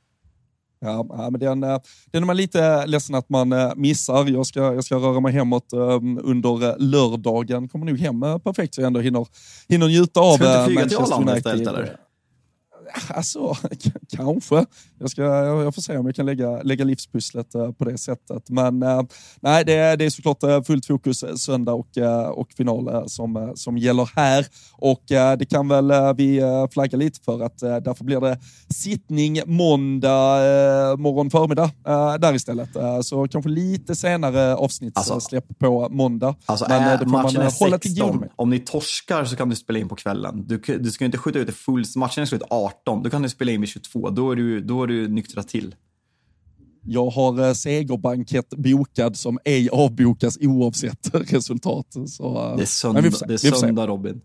Ja, men den är man lite ledsen att man missar. Jag ska röra mig hemåt under lördagen. Kommer nog hem perfekt så jag ändå hinner njuta av Manchester United. Istället, eller? Alltså, kanske. Jag får se om jag kan lägga livspusslet på det sättet. Men nej, det är såklart fullt fokus söndag och final som gäller här. Och det kan väl vi flagga lite för att därför blir det sittning måndag morgon förmiddag där istället. Så kanske lite senare avsnittssläpp på måndag. Alltså men det får matchen man är hålla 16. till godo med. Om ni torskar så kan du spela in på kvällen. Du ska inte skjuta ut det full. Matchen är slut 18. Då kan du spela in vid 22. Då är du nyktra till. Jag har segerbankett bokad som ej avbokas oavsett resultat. Så, det är söndag Robin.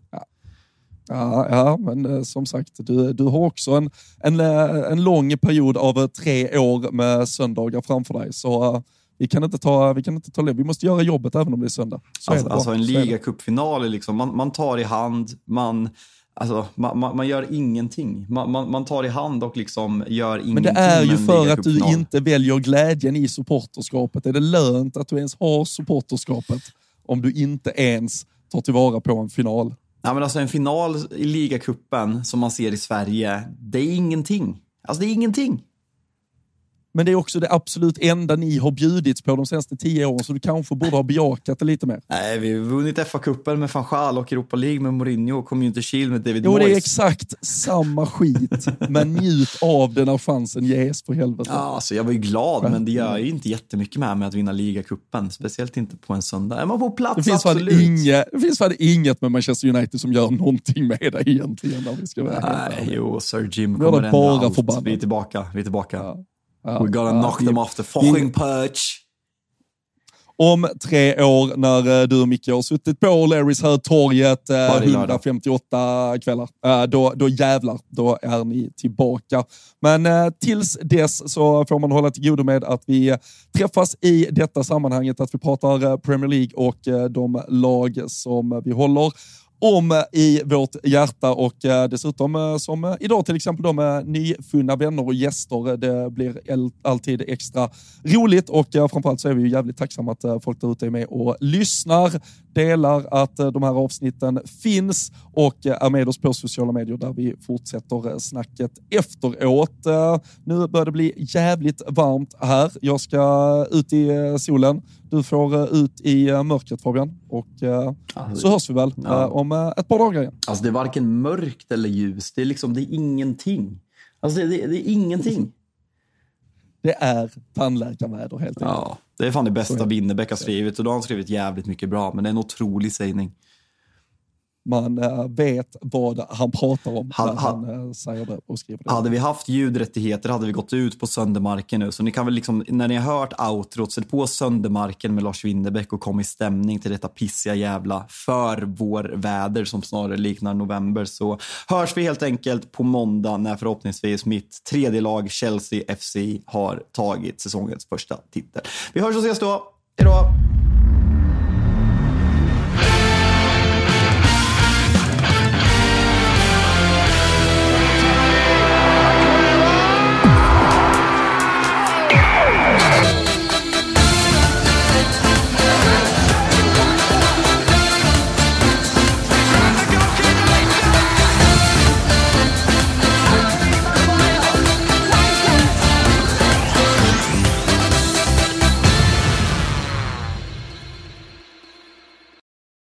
Ja, men som sagt, du har också en lång period av 3 år med söndagar framför dig. Så vi kan inte ta det. Vi måste göra jobbet även om det är söndag. Alltså en ligacupfinal liksom, man tar i hand, man gör ingenting. Man tar i hand och liksom gör ingenting. Men det är ju för att du inte väljer glädjen i supporterskapet. Är det lönt att du ens har supporterskapet om du inte ens tar tillvara på en final? Ja, men alltså en final i ligacupen som man ser i Sverige, det är ingenting. Alltså det är ingenting. Men det är också det absolut enda ni har bjudits på de senaste 10 åren, så du kanske borde ha bejakat det lite mer. Nej, vi har vunnit FA-cupen med Van Gaal och Europa League med Mourinho och Community Shield med David Moyes. Jo, det är exakt samma skit. Men njut av den här chansen ges för helvete. Ja, alltså jag var ju glad, men det gör ju inte jättemycket med att vinna ligacupen. Speciellt inte på en söndag. Är man på plats, det finns fan inget med Manchester United som gör någonting med det egentligen. Om vi ska vara Sir Jim kommer ändå bara allt. Förbannad. Vi är tillbaka. Ja. We're gonna knock them off the fucking perch. Om 3 år när du och Micke har suttit på Larrys här torget 158 kvällar, då jävlar, då är ni tillbaka. Men tills dess så får man hålla till godo med att vi träffas i detta sammanhanget, att vi pratar Premier League och de lag som vi håller om i vårt hjärta och dessutom som idag till exempel de med nyfunna vänner och gäster. Det blir alltid extra roligt och framförallt så är vi ju jävligt tacksamma att folk där ute är med och lyssnar, delar att de här avsnitten finns och är med oss på sociala medier där vi fortsätter snacket efteråt. Nu börjar det bli jävligt varmt här. Jag ska ut i solen. Du får ut i mörkret, Fabian. Och så hörs vi väl om ett par dagar igen. Alltså det är varken mörkt eller ljus. Det är liksom, det är ingenting. Alltså det är ingenting. Det är tandläkarväder helt enkelt. Ja, det är fan det bästa Winnerbäck har skrivit. Och då har han skrivit jävligt mycket bra. Men det är en otrolig sägning. Man vet vad han pratar om när han säger det och skriver det. Hade vi haft ljudrättigheter hade vi gått ut på Söndermarken nu. Så ni kan väl liksom, när ni har hört outrot, sätt på Söndermarken med Lars Winnerbäck och kom i stämning till detta pissiga jävla för vår väder som snarare liknar november. Så hörs vi helt enkelt på måndag när förhoppningsvis mitt tredje lag Chelsea FC har tagit säsongens första titel. Vi hörs och ses då. Hej då!